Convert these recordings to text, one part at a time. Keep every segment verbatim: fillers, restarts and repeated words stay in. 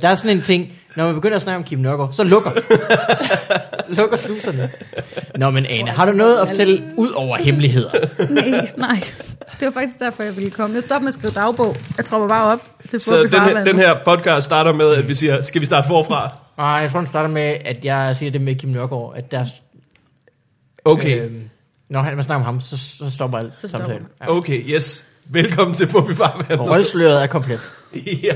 der er sådan en ting, når man begynder at snakke om Kim Nørgaard, så lukker. lukker sluserne. Nå, men Ane, har du noget at fortælle ud over hemmeligheder? Nej, nej. Det var faktisk derfor, jeg ville komme. Jeg stoppede med at skrive dagbog. Jeg tropper bare op til Så den her, den her podcast starter med, at vi siger, skal vi starte forfra? Nej, jeg tror, den starter med, at jeg siger det med Kim Nørgaard, at der... Okay. Øh, når man snakker om ham, så, så stopper alt Så stopper samtalen. Ja. Okay, yes. Velkommen til Forbi Farvandet. Og rollsløret er komplet. Ja.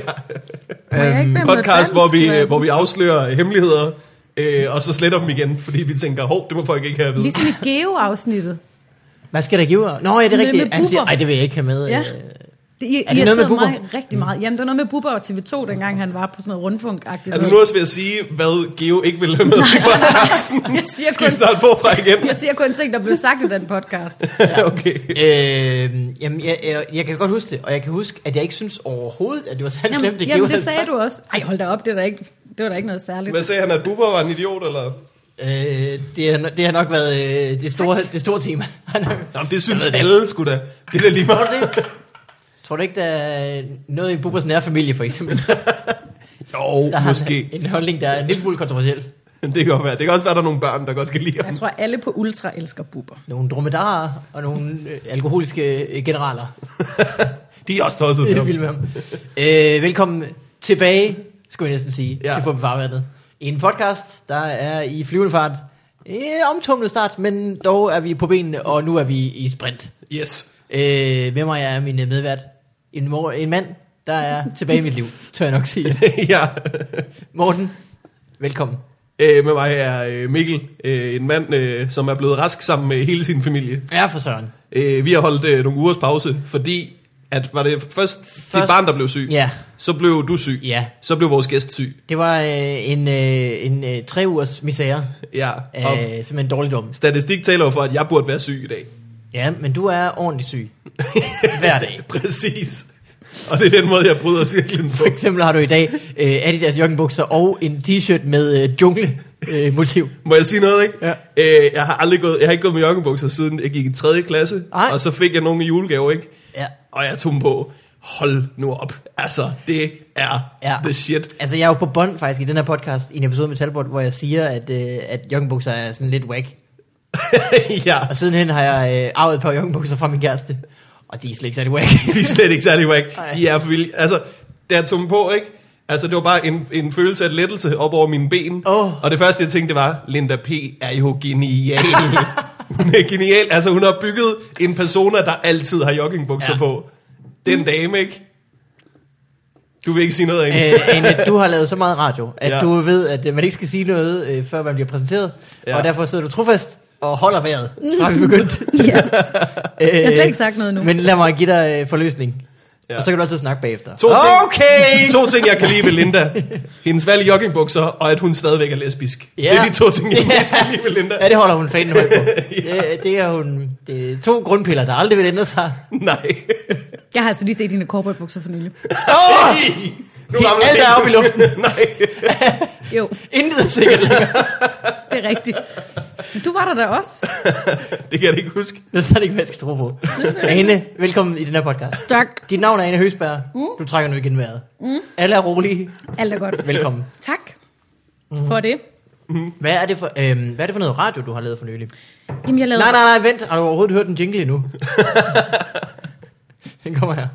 Øhm, Podcast, hvor vi, hvor vi afslører hemmeligheder, øh, og så sletter dem igen, fordi vi tænker, hov, det må folk ikke have at vide. Ligesom i Geo-afsnittet. Hvad skal der give? Nå, ja, det er Med- rigtigt. med Han siger, Bubber. ej, det vil jeg ikke have med. Ja. Øh, Det ir- Er det noget med irriterede Bubber? mig rigtig meget. Jamen, det var noget med Bubber og T V to, dengang han var på sådan noget rundfunk-agtigt. Er du nu også ved at sige, hvad Geo ikke vil have med i podcasten? Jeg siger Skal vi kun- starte forfra igen? Jeg siger kun ting, der blev sagt i den podcast. Okay. øh, jamen, jeg, jeg, jeg kan godt huske det, og jeg kan huske, at jeg ikke synes overhovedet, at det var særlig Jamen, slemt, det jamen Geo det havde sagde du også. Ej, hold da op, det, er da ikke, det var da ikke noget særligt. Hvad sagde han, at Bubber var en idiot, eller? Øh, det, har, det har nok været øh, det, store, det store tema. Nå, men det synes Jeg ved det alle sgu da. Det er da lige meget. Tror du ikke, der er noget i Bubbers nære familie, for eksempel? Jo, Der har måske. en holdning, der er en lille smule kontroversiel. Det kan godt være. Det kan også være, der er nogle børn, der godt kan lide ham. Jeg tror, alle på Ultra elsker Bubber. Nogle dromedarer og nogle øh, alkoholiske øh, generaler. De er også tosset Jeg med er vild med ham. Øh, velkommen tilbage, skulle jeg næsten sige, Ja. til Forbi Farvandet. En podcast, der er i flyvende fart. Øh, omtumlet start, men dog er vi på benene, og nu er vi i sprint. Yes. Øh, med mig er min øh, medvært. En, mor, en mand, der er tilbage i mit liv, tør jeg nok sige. Ja. Morten, velkommen. Øh, med mig er øh, Mikkel, øh, en mand, øh, som er blevet rask sammen med hele sin familie. Ja, for søren. Øh, vi har holdt øh, nogle ugers pause, fordi at var det først dit Først- barn, der blev syg, Ja, så blev du syg, ja. så blev vores gæst syg. Det var øh, en, øh, en øh, tre ugers misære. Ja, og Øh, simpelthen dårlig dum. statistik taler jo for, at jeg burde være syg i dag. Ja, men du er ordentligt syg. Hver dag. Præcis. Og det er den måde, jeg bryder cirklen på. For eksempel har du i dag øh, Adidas joggingbukser og en t-shirt med øh, jungle-motiv. Øh, Må jeg sige noget, ikke? Ja. Øh, jeg har aldrig gået, jeg har ikke gået med joggingbukser, siden jeg gik i tredje klasse. Ej. Og så fik jeg nogle i julegave, ikke? ja. Og jeg tog dem på. Hold nu op. Altså, det er Ja. the shit. Altså, jeg er jo på bånd faktisk i den her podcast, i en episode med Talbot, hvor jeg siger, at, øh, at joggingbukser er sådan lidt whack. Ja, Og sidenhen har jeg øh, arvet et par joggingbukser fra min kæreste. Og de er slet ikke særlig whack. de er slet ikke særlig whack. Ej. De er for vilde. Altså, da jeg tog dem på, ikke? Altså, det var bare en, en følelse af lettelse op over mine ben. Åh. Og det første, jeg tænkte, det var, Linda P. er jo genial. Hun er genial. Altså, hun har bygget en persona, der altid har joggingbukser Ja. på. Den dame, ikke? Du vil ikke sige noget af hende. øh, Ane, du har lavet så meget radio, at Ja. ja. du ved, at øh, man ikke skal sige noget, øh, før man bliver præsenteret. Ja. Ja. Og derfor sidder du trofast og holder vejret, fra vi begyndt. Ja. øh, Jeg har slet ikke sagt noget nu. Men lad mig give dig øh, forløsning. Ja. Ja. Og så kan du altid snakke bagefter. To ting, Okay! to ting, jeg kan lide ved Linda. Hendes valg i joggingbukser, og at hun stadigvæk er lesbisk. Ja. Det er de to ting, jeg Ja. mest kan lide ved Linda. Ja, det holder hun fanen højt på. Ja. det, det er hun. Det er to grundpiller, der aldrig vil ændre sig. Nej. Jeg har altså lige set dine corporate-bukser for nylig. Oh! Hey! Nu Helt- rammer alt det er oppe i luften. Nej. Jo, Intet er sikkert længere. det er rigtigt. Men du var der da også. Det kan jeg da ikke huske. Jeg ved slet ikke, hvad jeg skal tro på. Ane, velkommen i den her podcast. Tak. Dit navn er Ane Høsberg. Mm. Du trækker nu igen vejret. Mm. Alle er rolige. Alt er godt. Velkommen. Tak for det. Hvad er det for, øhm, hvad er det for noget radio, du har lavet for nylig? Jamen, jeg lavede... Nej, nej, nej, vent. Har du overhovedet hørt en jingle endnu? Den kommer her.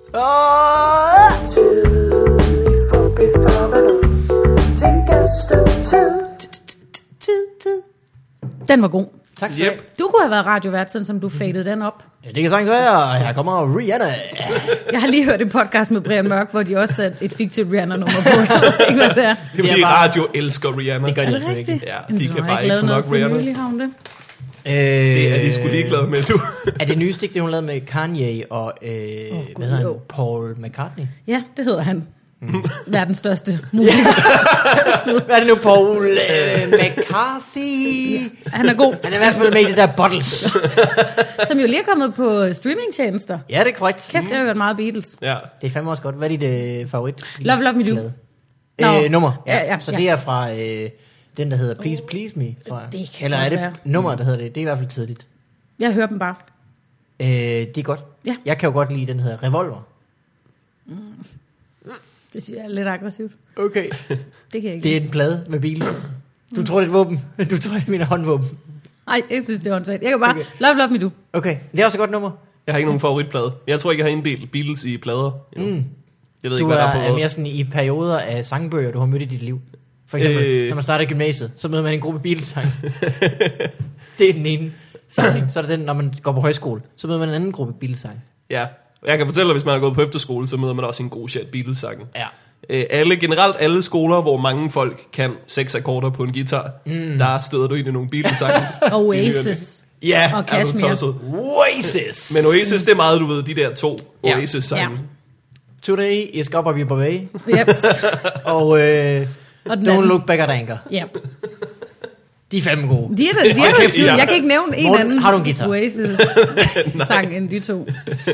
Den var god. Tak skal du have. Yep. Du kunne have været radiovært, sådan som du fadede den op. Ja, det kan sagtens være, og her kommer Rihanna. Jeg har lige hørt en podcast med Brian Mørk, hvor de også satte et fiktivt Rihanna-nummer på. Jeg ved ikke, hvad det er. Det er Det er fordi bare- radio elsker Rihanna. Det gør Er de det altså ikke. rigtigt? Ja, Jamen, de så kan har bare jeg ikke få lavet nok noget for Rihanna. nylig, har hun det? Øh, Det er de sgu ligeglade med, du. Er det nye stik, det hun lavede med Kanye og, øh, Gud, hvad hedder han? jo. Paul McCartney? Ja, det hedder han. Verdens største musiker. Hvad er det nu, Paul øh, McCarthy? Han er god. Han er i hvert fald med i det der Bottles. Som jo lige er kommet på streamingtjenester. Ja, det er korrekt. Kæft, jeg har hørt meget Beatles. Ja. Det er fandme også godt. Hvad er dit øh, favorit? Love, Love Me Do. Plade? Nå. Øh, nummer. Ja, Ja, ja, så ja. det er fra øh, den, der hedder Please Please Me, tror jeg. Det kan Eller er godt det være. nummer, der hedder det? Det er i hvert fald tidligt. Jeg hører dem bare. Øh, det er godt. Ja. Jeg kan jo godt lide den, der hedder Revolver. Det synes jeg er lidt aggressivt. Okay. Det kan jeg ikke. Det er en plade med Beatles. Du tror, det er et våben. Du tror, det er mine håndvåben. Nej, jeg synes, det er åndssvagt. Jeg kan bare, Okay. love, love me do. Okay, det er også et godt nummer. Jeg har ikke nogen favoritplade. Jeg tror ikke, jeg har inddelt Beatles i plader. Mm. Jeg ved Du ikke, hvad der er, er på er hvad. mere sådan i perioder af sangbøger, du har mødt i dit liv. For eksempel, Øh. når man starter i gymnasiet, så møder man en gruppe Beatles-sange. Det er den ene samling. Så er der den, når man går på højskole, så møder man en anden gruppe Beatles-sange. Ja, jeg kan fortælle dig, hvis man har gået på efterskole, så møder man også en god chat Beatles-sange. Ja. Øh, alle, generelt alle skoler, hvor mange folk kan seks akkorder på en guitar, mm. der støder du ind i nogle Beatles-sange. Oasis. Ja, Og er du Kashmir. tosset? Oasis! Men Oasis, det er meget, du ved, de der to Ja. Oasis-sange. Ja. Today is Gobba Bibba Bay. Yep. Og øh, Og den Don't anden. Look Back at Anchor. Yep. De er fandme gode. De er da, de er Hold da kæft, skide. ja. Jeg kan ikke nævne en Morten, anden har du en guitar? Oasis-sang end de to.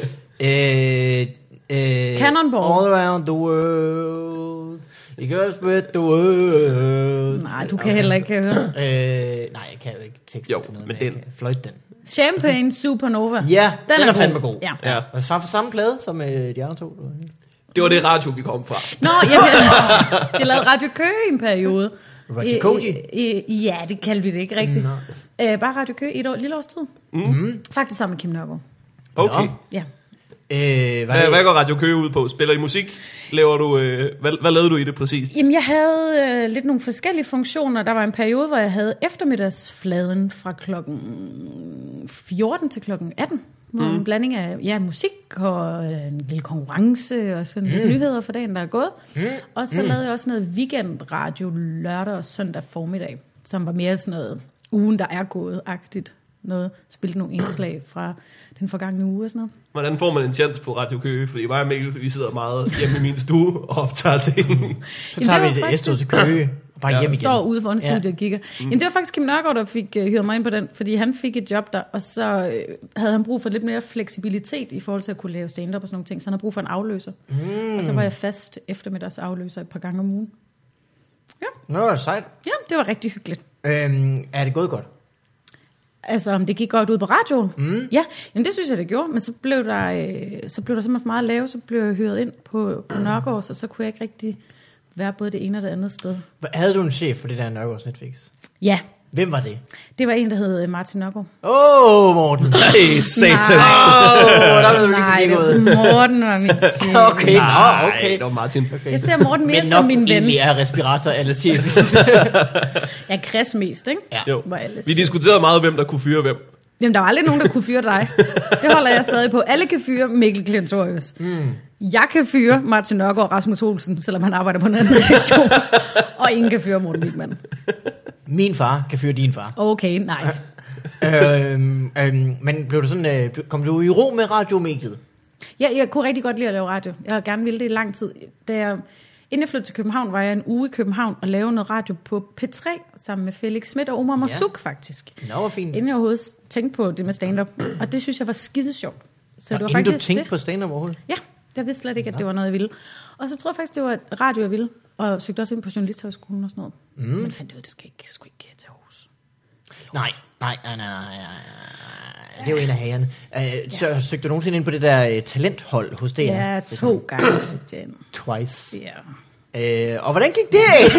Øh, øh, Cannonball. All around the world. It goes with the world. Nej, du kan heller ikke høre. Øh, nej, jeg kan jo ikke teksten Jo, til noget, men men jeg den- kan fløjte den. Champagne Supernova. Ja, den, den er, god. fandme god. Ja. Ja. Og det var fra samme plade som øh, de andre to. Det var det radio, vi kom fra. Nå, jeg, jeg lavede Radio Køge i en periode. Radio Koji? I- i- Ja, det kaldte vi det ikke rigtigt. Øh, bare Radio Køge i et år, lille års tid. Mm. Faktisk sammen med Kim Nørgaard. Okay. Nå. Ja. Øh, hvad Hvad, hvad går Radio Køge ud på? Spiller I musik? Laver du, øh, hvad, hvad lavede du i det præcist? Jamen, jeg havde øh, lidt nogle forskellige funktioner. Der var en periode, hvor jeg havde eftermiddagsfladen fra klokken fjorten til klokken atten. Hvor mm. en blanding af ja, musik og øh, en lille konkurrence og sådan mm. lidt nyheder for dagen, der er gået. Mm. Og så mm. lavede jeg også noget weekendradio lørdag og søndag formiddag, som var mere sådan noget ugen, der er gået-agtigt. Noget, spilte nogle indslag fra den forgangne uge og sådan noget. Hvordan får man en chance på Radio Køge? Fordi mig og Mikkel, vi sidder meget hjemme i min stue og optager ting. Så Jamen, tager det vi var et S-tog til Køge og bare Ja. hjem igen. Står ude foran studiet Ja. og kigger. Jamen, det var faktisk Kim Nørgaard, der fik uh, hyret mig ind på den, fordi han fik et job der, og så øh, havde han brug for lidt mere fleksibilitet i forhold til at kunne lave stand-up og sådan nogle ting, så han havde brug for en afløser. Mm. Og så var jeg fast eftermiddags afløser et par gange om ugen. Ja, Nå, sejt. ja det var rigtig hyggeligt. Øhm, er det gået godt? Altså, om det gik godt ud på radioen? Mm. Ja, jamen det synes jeg, det gjorde. Men så blev der, øh, så blev der simpelthen for meget at lave, så blev jeg hyret ind på, på Nørgaards, og så kunne jeg ikke rigtig være både det ene og det andet sted. Havde du en chef på det der Nørgaards Netflix? Ja, Hvem var det? det var en, der hed Martin Nørgaard. Åh, oh, Morten. Nej, satans. Åh, oh, der ved du lige, Nej, det det gået. var Morten var min chef. Okay, Nej, nå, okay. det var Martin. okay. Jeg ser Morten mere Men som nok min ven. egentlig er respirator eller chef. Jeg er Chris mest, ikke? Ja. Jo. Hvor alle Vi siger. diskuterede meget, hvem der kunne fyre hvem. Jamen, der var aldrig nogen, der kunne fyre dig. Det holder jeg stadig på. Alle kan fyre Mikkel Klintorius. Mm. Jeg kan fyre Martin Nørgaard og Rasmus Olsen, selvom han arbejder på en anden redaktion. Og ingen kan fyre Morten Wigman. Min far kan fyre din far. Okay, nej. øhm, øhm, men blev du sådan, øh, kom du i ro med radiomediet? Ja, jeg kunne rigtig godt lide at lave radio. Jeg har gerne ville det i lang tid. Da jeg, inden jeg flyttede til København, var jeg en uge i København og lavede noget radio på P tre sammen med Felix Schmidt og Omar Masuk, faktisk. Nå, hvor fint. Inden jeg overhovedet tænkte på det med stand-up. Og det synes jeg var skide sjovt. Så Nå, det var inden du faktisk tænkte det. på stand-up overhovedet? Ja, jeg vidste slet ikke, at det var noget, jeg ville. Og så tror jeg faktisk, det var radio, jeg ville. Og søgte også ind på Journalisthøjskolen og sådan noget. Mm. Men fandt ud af, det skal ikke, sgu ikke til Aarhus. Nej, nej, nej, nej, nej, nej. Det er jo en af hagerne. Øh, så søgte du nogensinde ind på det der uh, talenthold hos D R? Ja, to gange søgte jeg ind. Twice. Ja. Øh, og hvordan gik det?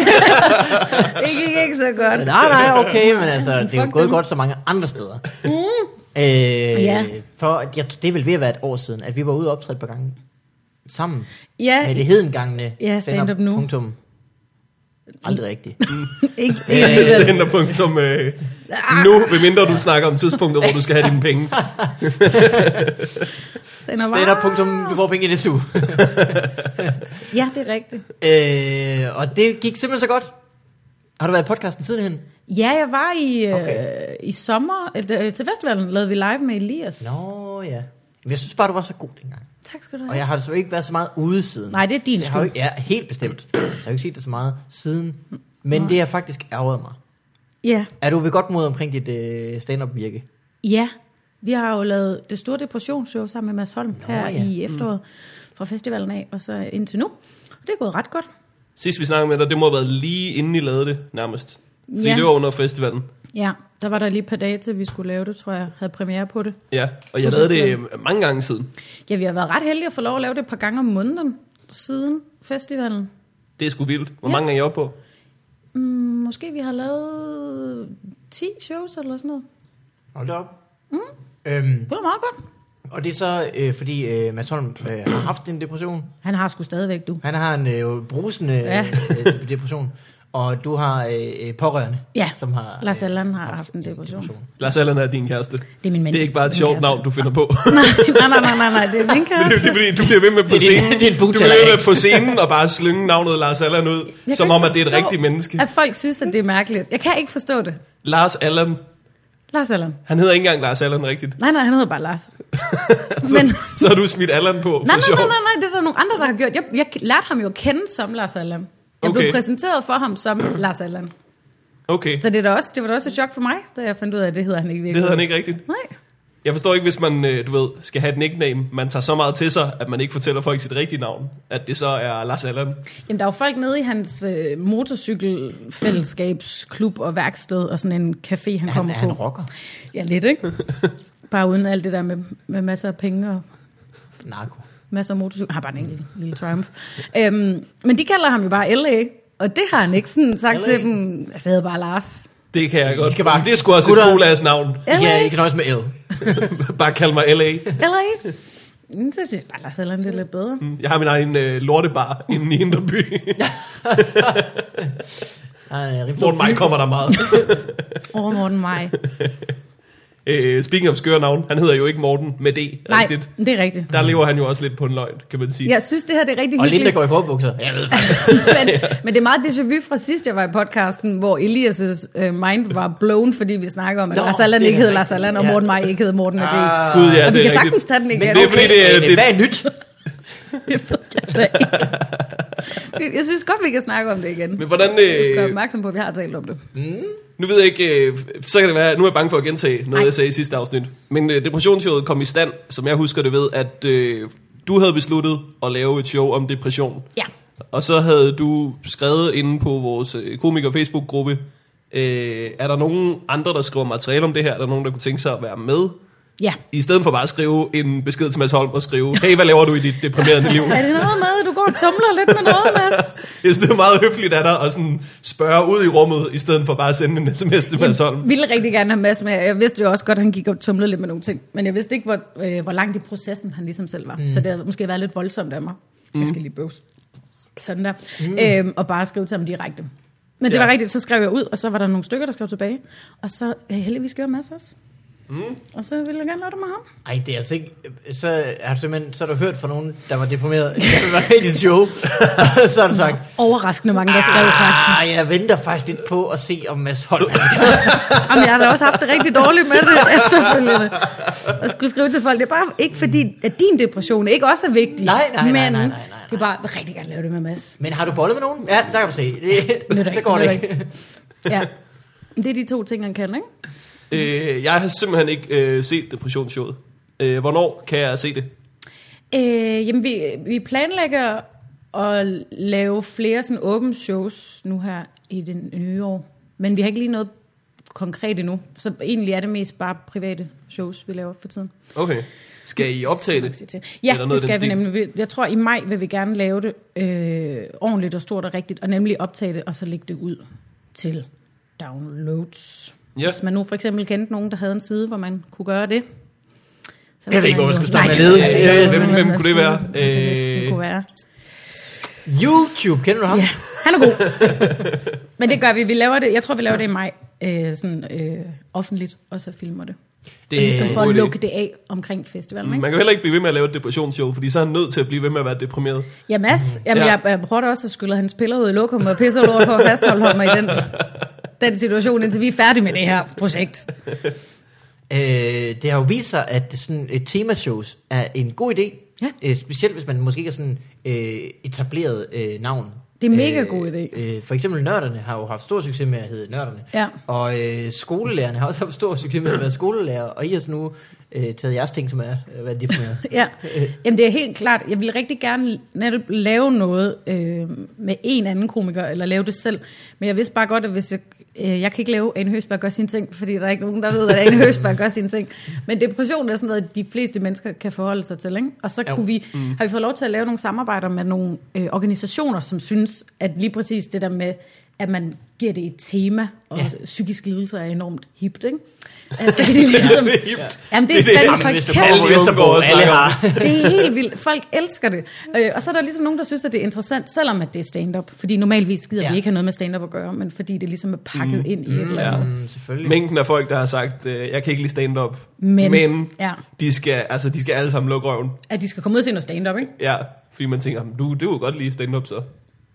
Det gik ikke så godt. nej, nej, okay, men altså, det er jo Fuck gået dem. godt så mange andre steder. Mm. Øh, Ja. For jeg, det er vel ved at være et år siden, at vi var ude og optræde et par gange sammen Ja, med det hedengangne Ja, stand-up nu. Punktum. Aldrig rigtigt. ikke, ikke alligevel. Stand punktum øh, nu, medmindre du snakker om tidspunktet, hvor du skal have dine penge. Stand-up. Stand-up punktum, du får penge i det su. Ja, det er rigtigt. øh, og det gik simpelthen så godt. Har du været i podcasten sidenhen? Ja, jeg var i, øh, Okay. i sommer, øh, til festivalen lavede vi live med Elias. Nå ja. Men jeg synes bare, du var så god dengang. Tak skal du Og have. jeg har altså ikke været så meget ude siden. Nej, det er din Så jeg har jo skyld. ikke, ja, helt bestemt. Så jeg har jo ikke set det så meget siden. Men Nej. det har faktisk ærget mig. Ja. Er du ved godt mod omkring dit øh, stand-up virke? Ja, vi har jo lavet det store depressionsshow sammen med Mads Holm Nå, her ja. i efteråret fra festivalen af, og så indtil nu. Og det er gået ret godt. Sidst vi snakkede med dig, det må have været lige inden I lavede det, nærmest. Fordi Ja. det var under festivalen. Ja, der var der lige et par dage til, vi skulle lave det, tror jeg. Havde premiere på det. Ja, og jeg På lavede det festivalen. øh, mange gange siden. Ja, vi har været ret heldige at få lov at lave det et par gange om måneden. siden festivalen. Det er sgu vildt. Hvor Ja. mange er I oppe på? Mm, måske vi har lavet ti shows eller sådan noget. Hold da op. Mm. Øhm, Det var meget godt. og det er så, øh, fordi øh, Mads Holm øh, har haft en depression. Han har sgu stadigvæk, du. Han har en øh, brusende Ja. øh, depression. Og du har øh, pårørende, Ja, som har... Lars Allan har haft en depression. Lars Allan er din kæreste. Det er min mand. Det er ikke bare et Min sjovt kæreste. navn, du finder på. nej, nej, nej, nej, nej, det er min Men det er kæreste. fordi, du bliver ved med på Det er din- scenen. det er en Du bliver ved med bugtaler, på scenen og bare slynge navnet Lars Allan ud, Jeg som kan om, ikke at det er et forstå, rigtigt menneske. At folk synes, at det er mærkeligt. Jeg kan ikke forstå det. Lars Allan. Lars Allan. Han hedder ikke engang Lars Allan rigtigt. Nej, nej, han hedder bare Lars. Så, Men- så har du smidt Allan på for Nej, nej, sjov. nej, nej, nej, det er der nogle andre, der har gjort. Jeg, jeg lærte ham jo at kende som Lars Allan. Jeg blev Okay. præsenteret for ham som Lars Allan. Okay, Så det, er da også, det var da også et chok for mig, da jeg fandt ud af, at det hedder han ikke virkelig. det hedder han ikke rigtigt. Nej. Jeg forstår ikke, hvis man, øh, du ved, skal have et nickname, man tager så meget til sig, at man ikke fortæller folk sit rigtige navn, at det så er Lars Allan. Jamen, der er jo folk nede i hans øh, motorcykelfællesskabsklub og værksted og sådan en café, han, Han, kommer er han på. rocker? Ja, lidt, ikke? Bare uden alt det der med, med masser af penge og Narko. masser af motorcykel. Han har bare en enkelt lille Triumph. Øhm, men de kalder ham jo bare L A, og det har han ikke sådan sagt L A? til dem. Altså, jeg hedder bare Lars. Det kan jeg godt. skal bare- Men det er sgu også Gutter. et cool ass navn. I kan, I kan nøjes med L. Bare kald mig L A. L A? Mm, så synes jeg bare, Lars Allan, det er lidt bedre. Jeg har min egen øh, lortebar inde i Indre By. Ah, Morten Maj kommer der meget. Over Morten Maj. øh, speaking of skøre navn, han hedder jo ikke Morten med D. Nej, Rigtigt. det er rigtigt. Der lever han jo også lidt på en løgn, kan man sige. Jeg synes, det her det er rigtig Og Linda hyggeligt. går i korbukser. Jeg ved faktisk. men, men det er meget déjà vu fra sidst, jeg var i podcasten, hvor Elias' øh, mind var blown, fordi vi snakker om, at Nå, Lars Allan det er ikke hedder rigtigt. Lars Allan, og Ja. Morten Maj ikke hedder Morten med D. Ah. Gud, ja, Og vi det er kan sagtens rigtigt. tage den igen. Men det er fordi, det er... Okay, Det, hvad er nyt? Det ved jeg da ikke. Jeg synes godt, vi kan snakke om det igen. men hvordan... Jeg gør Øh, opmærksom på, at vi har talt om det. nu ved jeg ikke... Øh, så kan det være... Nu er jeg bange for at gentage noget, Nej. jeg sagde i sidste afsnit. Men øh, depressionsshowet kom i stand, som jeg husker det ved, at øh, du havde besluttet at lave et show om depression. Ja. Og så havde du skrevet inde på vores øh, komiker-Facebook-gruppe, øh, er der nogen andre, der skriver materiale om det her? Er der nogen, der kunne tænke sig at være med? Ja. I stedet for bare at skrive en besked til Mads Holm og skrive, hey, hvad laver du i dit deprimerende liv? Er det noget med, at du går og tumler lidt med noget, Mads? Jeg synes, det er meget høfligt af dig at sådan spørge ud i rummet, i stedet for bare at sende en sms til Mads Holm. Jeg ville rigtig gerne have Mads med. Jeg vidste jo også godt, at han gik og tumlede lidt med nogle ting. Men jeg vidste ikke, hvor, øh, hvor langt i processen han ligesom selv var. Mm. Så det havde måske været lidt voldsomt af mig. Mm. Jeg skal lige bøvs. Sådan der. Mm. Øhm, og bare skrive til ham direkte. Men det Ja. var rigtigt, så skrev jeg ud, og så var der nogle stykker, der skrev tilbage. Og så øh, heldigvis gjorde Mads også. Mm. Og så ville jeg gerne lave det med ham. Ej, det er altså ikke... Så har du simpelthen så har du hørt fra nogen, der var deprimeret. Jeg vil være med i dit show. Så har du sagt... Overraskende mange, der skrev faktisk. Ah, jeg venter faktisk lidt på at se, om Mads Holm... han skal- Jamen, jeg har da også haft det rigtig dårligt med det efterfølgende. Og skulle skrive til folk. Det er bare ikke fordi, at din depression ikke også er vigtig. Nej, nej, nej, men nej, nej, nej, det er bare, jeg vil rigtig gerne lave det med Mads. Men har du bollet med nogen? Ja, der kan du se. Det, Nytter det går nytter ikke. Ja. Det er de to ting, han kan, ikke? Øh, jeg har simpelthen ikke øh, set depressionsshowet. Øh, hvornår kan jeg se det? Øh, jamen, vi, vi planlægger at lave flere sådan åbne shows nu her i det nye år. Men vi har ikke lige noget konkret endnu. Så egentlig er det mest bare private shows, vi laver for tiden. Okay. Skal I optage det? Ja, Eller noget det i skal den vi stil? nemlig. Jeg tror, i maj vil vi gerne lave det øh, ordentligt og stort og rigtigt, og nemlig optage det, og så lægge det ud til downloads. Ja. Hvis man nu for eksempel kendte nogen, der havde en side, hvor man kunne gøre det. Så Jeg ved ikke, hvor man man jo- skulle starte Nej, med at lede. jeg ved ikke, Hvem- hvor hvem man kunne det være? skulle- Det næsten Øh, kunne være. YouTube, kender du ham? Ja, han er god. Men det gør vi. Vi laver det, jeg tror, vi laver det i maj, øh, sådan øh, offentligt, og så filmer det. Det Det er ligesom en for god at idé. lukke det af omkring festivalen, ikke? Man kan jo heller ikke blive ved med at lave et depressionsshow, fordi så er han nødt til at blive ved med at være deprimeret. Ja, Mads, jamen, Ja. jeg, jeg prøver da også at skylle hans piller ud i lokum og pisse lort på at fastholde ham i den, den situation, indtil vi er færdige med det her projekt. Øh, det har jo vist sig, at sådan et temashows er en god idé. Ja. Øh, specielt hvis man måske ikke er sådan øh, etableret øh, navn. Det er mega god idé. Øh, for eksempel Nørderne har jo haft stor succes med at hedde Nørderne. Ja. Og øh, skolelærerne har også haft stor succes med at være skolelærer. Og I har så nu øh, taget jeres ting, som er øh, hvad defineret. Ja, jamen det er helt klart, jeg vil rigtig gerne netop lave noget øh, med en anden komiker, eller lave det selv. Men jeg vidste bare godt, at hvis jeg øh, jeg kan ikke lave Ane Høgsberg gør sine ting, fordi der er ikke nogen, der ved, at Ane Høgsberg gør sine ting. Men depression er sådan noget, de fleste mennesker kan forholde sig til, ikke? Og så kunne vi, mm. har vi fået lov til at lave nogle samarbejder med nogle øh, organisationer, som synes, at lige præcis det der med, at man giver det et tema, og ja. psykisk lidelse er enormt hipt, ikke? Altså, det er ligesom... Jamen, det er, det er fandme hvis du kommer på Vesterbro, alle har. Det er helt vildt. Folk elsker det. Øh, og så er der ligesom nogen, der synes, at det er interessant, selvom at det er stand-up. Fordi normalvis gider ja. vi ikke have noget med stand-up at gøre, men fordi det ligesom er pakket mm. ind i et mm, eller andet. Ja. Selvfølgelig. Mængden af folk, der har sagt, øh, jeg kan ikke lide stand-up, men, men ja. de, skal, altså, de skal alle sammen lukke røven. At de skal komme ud og se noget stand-up, ikke? Ja, fordi man tænker, du, det er jo godt lide stand-up så.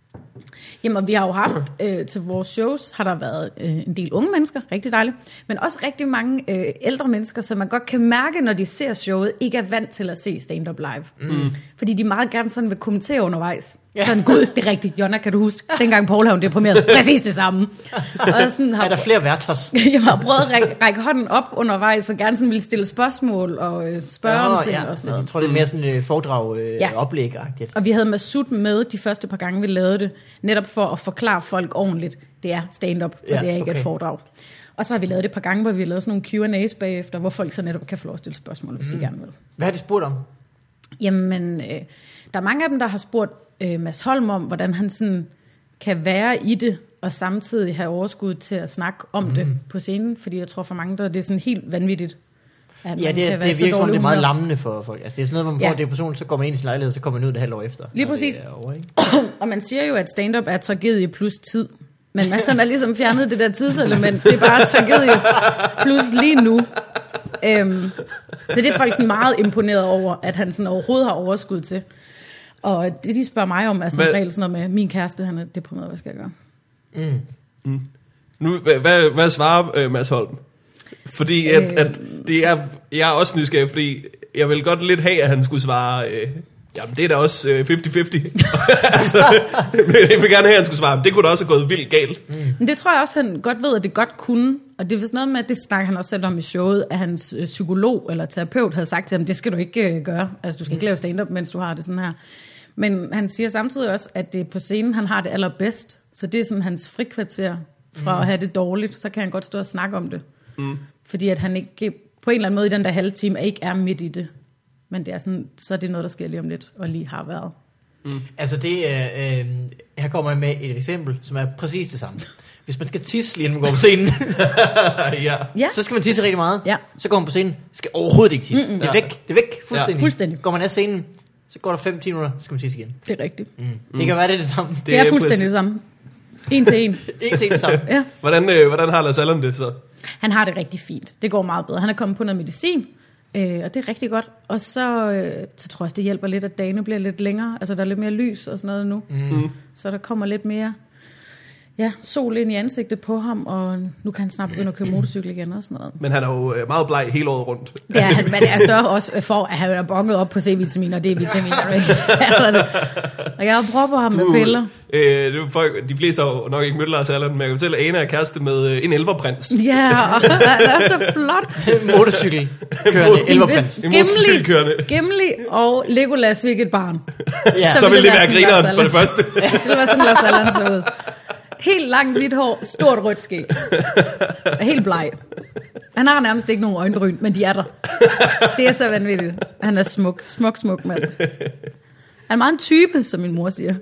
Jamen, vi har jo haft øh, til vores shows, har der været øh, en del unge mennesker, rigtig dejligt, men også rigtig mange øh, ældre mennesker, som man godt kan mærke, når de ser showet, ikke er vant til at se stand-up live. Mm. Fordi de meget gerne sådan vil kommentere undervejs. Ja. Sådan, gud, det er rigtigt. Jonna, kan du huske? Dengang Paul havde deprimeret. Præcis det samme. Og sådan har, er der flere værtos? Jeg har prøvet at række, række hånden op undervejs, og gerne sådan ville stille spørgsmål og øh, spørge ja, om ting ja. og sådan noget. Jeg tror, det er mere sådan et foredrag øh, ja. oplæg-agtigt. Og vi havde Masud med de første par gange, vi lavede det, netop for at forklare folk ordentligt. Det er stand-up, og ja, det er ikke okay. et foredrag. Og så har vi lavet det et par gange, hvor vi har lavet sådan nogle Q and A's bagefter, hvor folk så netop kan få lov at stille spørgsmål, hvis mm. de gerne vil. Hvad har de spurgt om? Jamen, øh, der er mange af dem, der har spurgt øh, Mads Holm om, hvordan han sådan kan være i det, og samtidig have overskud til at snakke om mm. det på scenen. Fordi jeg tror for mange, der det er sådan helt vanvittigt. At ja, det, det, det virker som, det er meget lammende for folk. Altså, det er sådan noget, hvor man ja. får depression, så går man ind i sin lejlighed, så kommer man ud det halvt år efter. Lige præcis. Over, og man siger jo, at stand-up er tragedie plus tid. Men Mads han har ligesom fjernet det der tidselement. Det er bare tragedie plus lige nu. Øhm, så det er folk sådan meget imponeret over, at han sådan overhovedet har overskud til. Og det de spørger mig om, er sådan regel sådan noget med, min kæreste, han er deprimeret, hvad skal jeg gøre? Mm. Mm. Nu, hvad, hvad, hvad svarer øh, Mads Holm? Fordi at, øh, at det er, jeg er også nysgerrig, fordi jeg vil godt lidt have, at han skulle svare, øh, jamen det er da også øh, halvtreds halvtreds. Altså, jeg vil gerne have, at han skulle svare, men det kunne da også have gået vildt galt. Mm. Men det tror jeg også, han godt ved, at det godt kunne. Og det er vist noget med, at det snakker han også selv om i showet, at hans øh, psykolog eller terapeut havde sagt til ham, det skal du ikke øh, gøre. Altså du skal ikke lave stand-up, mens du har det sådan her. Men han siger samtidig også, at det er på scenen, han har det allerbedst. Så det er sådan hans frikvarter fra mm. at have det dårligt, så kan han godt stå og snakke om det. Mm. Fordi at han ikke på en eller anden måde i den der halve time ikke er midt i det. Men det er sådan, så er det noget, der sker lige om lidt, og lige har været. Mm. Altså det er, øh, her kommer jeg med et eksempel, som er præcis det samme. Hvis man skal tisse lige inden man går på scenen, ja. Ja. så skal man tisse rigtig meget. Ja. Så går man på scenen, skal overhovedet ikke tisse. Mm-mm. Det er væk, det er væk fuldstændig. Ja. fuldstændig. Går man af scenen, så går der fem til minutter, så skal man tisse igen. Det er rigtigt. Mm. Det kan være det, det samme. Det, det er, er fuldstændig det samme. En til en. En til en samme. Ja. Hvordan, øh, hvordan har Lars Allan det så? Han har det rigtig fint. Det går meget bedre. Han er kommet på noget medicin, øh, og det er rigtig godt. Og så, øh, så tror jeg også, det hjælper lidt, at dagene bliver lidt længere. Altså, der er lidt mere lys og sådan noget nu. Mm. Så der kommer lidt mere ja, sol ind i ansigtet på ham, og nu kan han snart begynde at køre motorcykel igen og sådan noget. Men han er jo meget bleg hele året rundt. Det er han, men det er så også for, at han er bonget op på C-vitaminer og D-vitaminer. Og jeg har prøvet på ham med piller. Øh, det er folk, de fleste har nok ikke mødt Lars Allan, men jeg kan fortælle, at Ane er kæreste med en elverprins. Ja, og han er så flot. Motorcykelkørende elverprins. Gimli, Gimli og Legolas fik et barn. Ja. Så, så vil det være grineren for det første. Ja, det var sådan, Lars Allan så ud. Helt langt hvidt hår, stort rødt skæg. Helt bleg. Han har nærmest ikke nogen øjenbryn, men de er der. Det er så vanvittigt. Han er smuk, smuk, smuk mand. Han er meget en type, som min mor siger.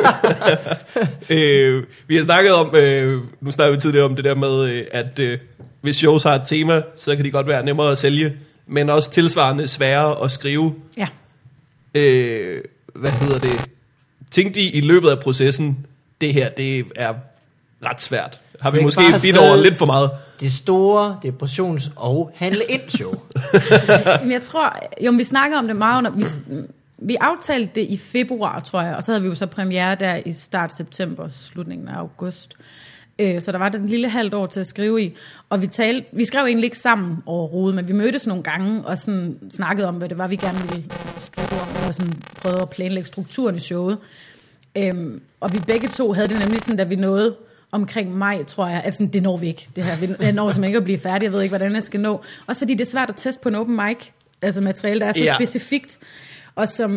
øh, vi har snakket om, øh, nu snakker vi tidligere om det der med, øh, at øh, hvis shows har et tema, så kan de godt være nemmere at sælge, men også tilsvarende sværere at skrive. Ja. Øh, hvad hedder det? Tænkte I i løbet af processen, det her, det er ret svært. Har vi måske bidt over lidt for meget? Det store depressions- og handle-ind-show. Men jeg tror, jo, vi snakker om det meget under, vi, vi aftalte det i februar, tror jeg, og så havde vi jo så premiere der i start september, slutningen af august. Så der var det en lille halvt år til at skrive i, og vi, talte, vi skrev egentlig ikke sammen overhovedet, men vi mødtes nogle gange og sådan snakkede om, hvad det var, vi gerne ville skrive om, og sådan prøvede at planlægge strukturen i showet. Øhm, og vi begge to havde det nemlig sådan, da vi nåede omkring maj, tror jeg, at sådan, det når vi ikke, det her. Jeg når simpelthen ikke at blive færdig, jeg ved ikke, hvordan jeg skal nå. Også fordi det er svært at teste på en open mic, altså materiale, der er så ja. specifikt, og som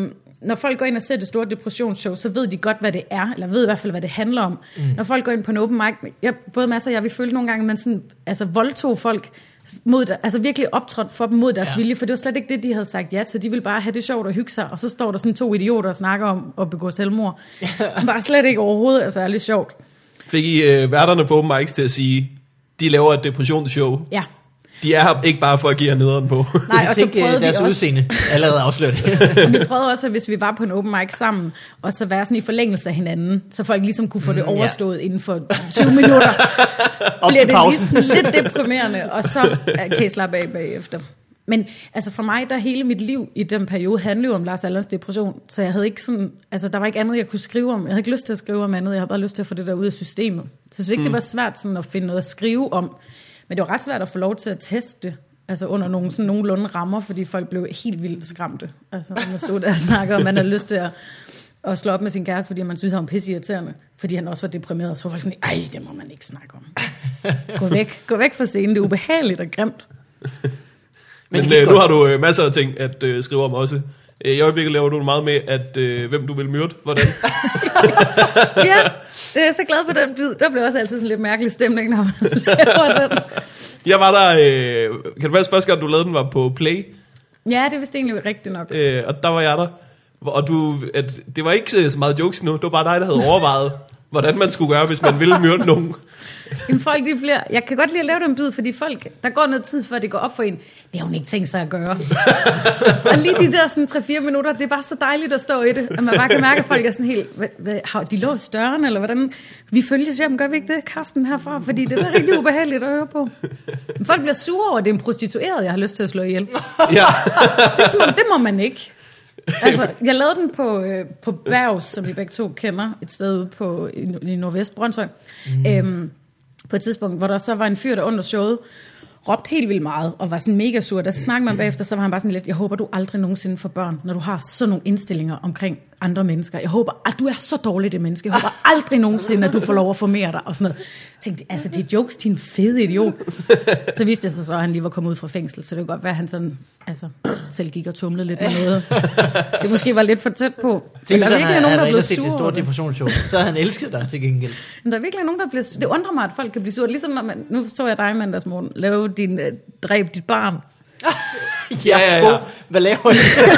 når folk går ind og ser det store depressionsshow, så ved de godt, hvad det er, eller ved i hvert fald, hvad det handler om. Mm. Når folk går ind på en open mic, jeg, både masser og jeg, vi følte nogle gange, at man sådan, altså voldtog folk mod der, altså virkelig optrådt for dem mod deres ja. vilje, for det var slet ikke det, de havde sagt ja til. De ville bare have det sjovt og hygge sig, og så står der sådan to idioter og snakker om at begå selvmord. Det var slet ikke overhovedet altså særlig sjovt. Fik I øh, værterne på open mics til at sige, de laver et depressionsshow? Ja. De er her ikke bare for at give jer nederen på. Nej, og så prøvede deres vi udseende allerede afsløret. Vi prøvede også, hvis vi var på en open mic sammen, og så være sådan i forlængelse af hinanden, så folk ligesom kunne få det overstået mm, ja. inden for tyve minutter. Bliver det lige sådan lidt deprimerende, og så kan I slappe af bagefter. Men altså for mig, der hele mit liv i den periode handlede jo om Lars Ahlers depression, så jeg havde ikke sådan, altså der var ikke andet, jeg kunne skrive om. Jeg havde ikke lyst til at skrive om andet, jeg havde bare lyst til at få det der ud af systemet. Så jeg synes ikke, mm. det var svært sådan at finde noget at skrive om. Men det var ret svært at få lov til at teste det, altså under nogle sådan nogenlunde rammer, fordi folk blev helt vildt skræmte. Altså man stod der og snakkede, og man havde lyst til at, at slå op med sin kæreste, fordi man synes, han var pisseirriterende, fordi han også var deprimeret. Så var folk sådan, ej, det må man ikke snakke om. Gå væk, gå væk fra scenen, det er ubehageligt og grimt. Men, Men øh, nu har du øh, masser af ting at øh, skrive om også. I øjeblikket laver du meget med, at øh, hvem du vil myrde. Hvordan? Ja, jeg er så glad for den bid. Der blev også altid sådan lidt mærkelig stemning, når man laver den. Jeg var der, øh, kan det være første gang, du lavede den, var på Play? Ja, det er vist egentlig rigtigt nok. Øh, og der var jeg der. Og du, at, det var ikke så meget jokes nu, det var bare dig, der havde overvejet, hvordan man skulle gøre, hvis man ville myrde nogen. Jamen, folk, de bliver, jeg kan godt lide at lave den bid, fordi folk, der går noget tid, før det går op for en, det har hun ikke tænkt sig at gøre. Og lige de der sådan tre fire minutter, det er bare så dejligt at stå i det, at man bare kan mærke, at folk er sådan helt, hvad, hvad, har de låst døren, eller hvordan? Vi følges hjem, gør vi ikke det, Karsten herfra? Fordi det er rigtig ubehageligt at høre på. Men folk bliver sure over, at det er en prostitueret, jeg har lyst til at slå ihjel. Ja. Det er som om, det må man ikke. Altså, jeg lavede den på, øh, på Bergs, som vi begge to kender, et sted ude på, i, i Nordvest, Brøndshøj. Mm. Øhm, på et tidspunkt, hvor der så var en fyr, der under showet råbte helt vildt meget, og var sådan mega sur. Da så snakkede man bagefter, så var han bare sådan lidt, jeg håber, du aldrig nogensinde får børn, når du har sådan nogle indstillinger omkring andre mennesker. Jeg håber, at du er så dårlig det menneske. Jeg håber aldrig nogensinde, at du får lov at formere dig, og sådan noget. Jeg tænkte, altså, det er jokes, din fede idiot. Så viste det sig så, at han lige var kommet ud fra fængsel, så det kunne godt være, at han sådan, altså, selv gik og tumlede lidt med noget. Det måske var lidt for tæt på. Det er virkelig nogen, der blev sure. Det store depressionsshow, så havde han elsket dig til gengæld. Men der er virkelig nogen, der bliver sure. Det undrer mig, at folk kan blive sure. Ligesom når man, nu så jeg dig, Mandagsmorgen, lave din, uh, dræb dit barn. Ja, ja, ja. Hvad laver du?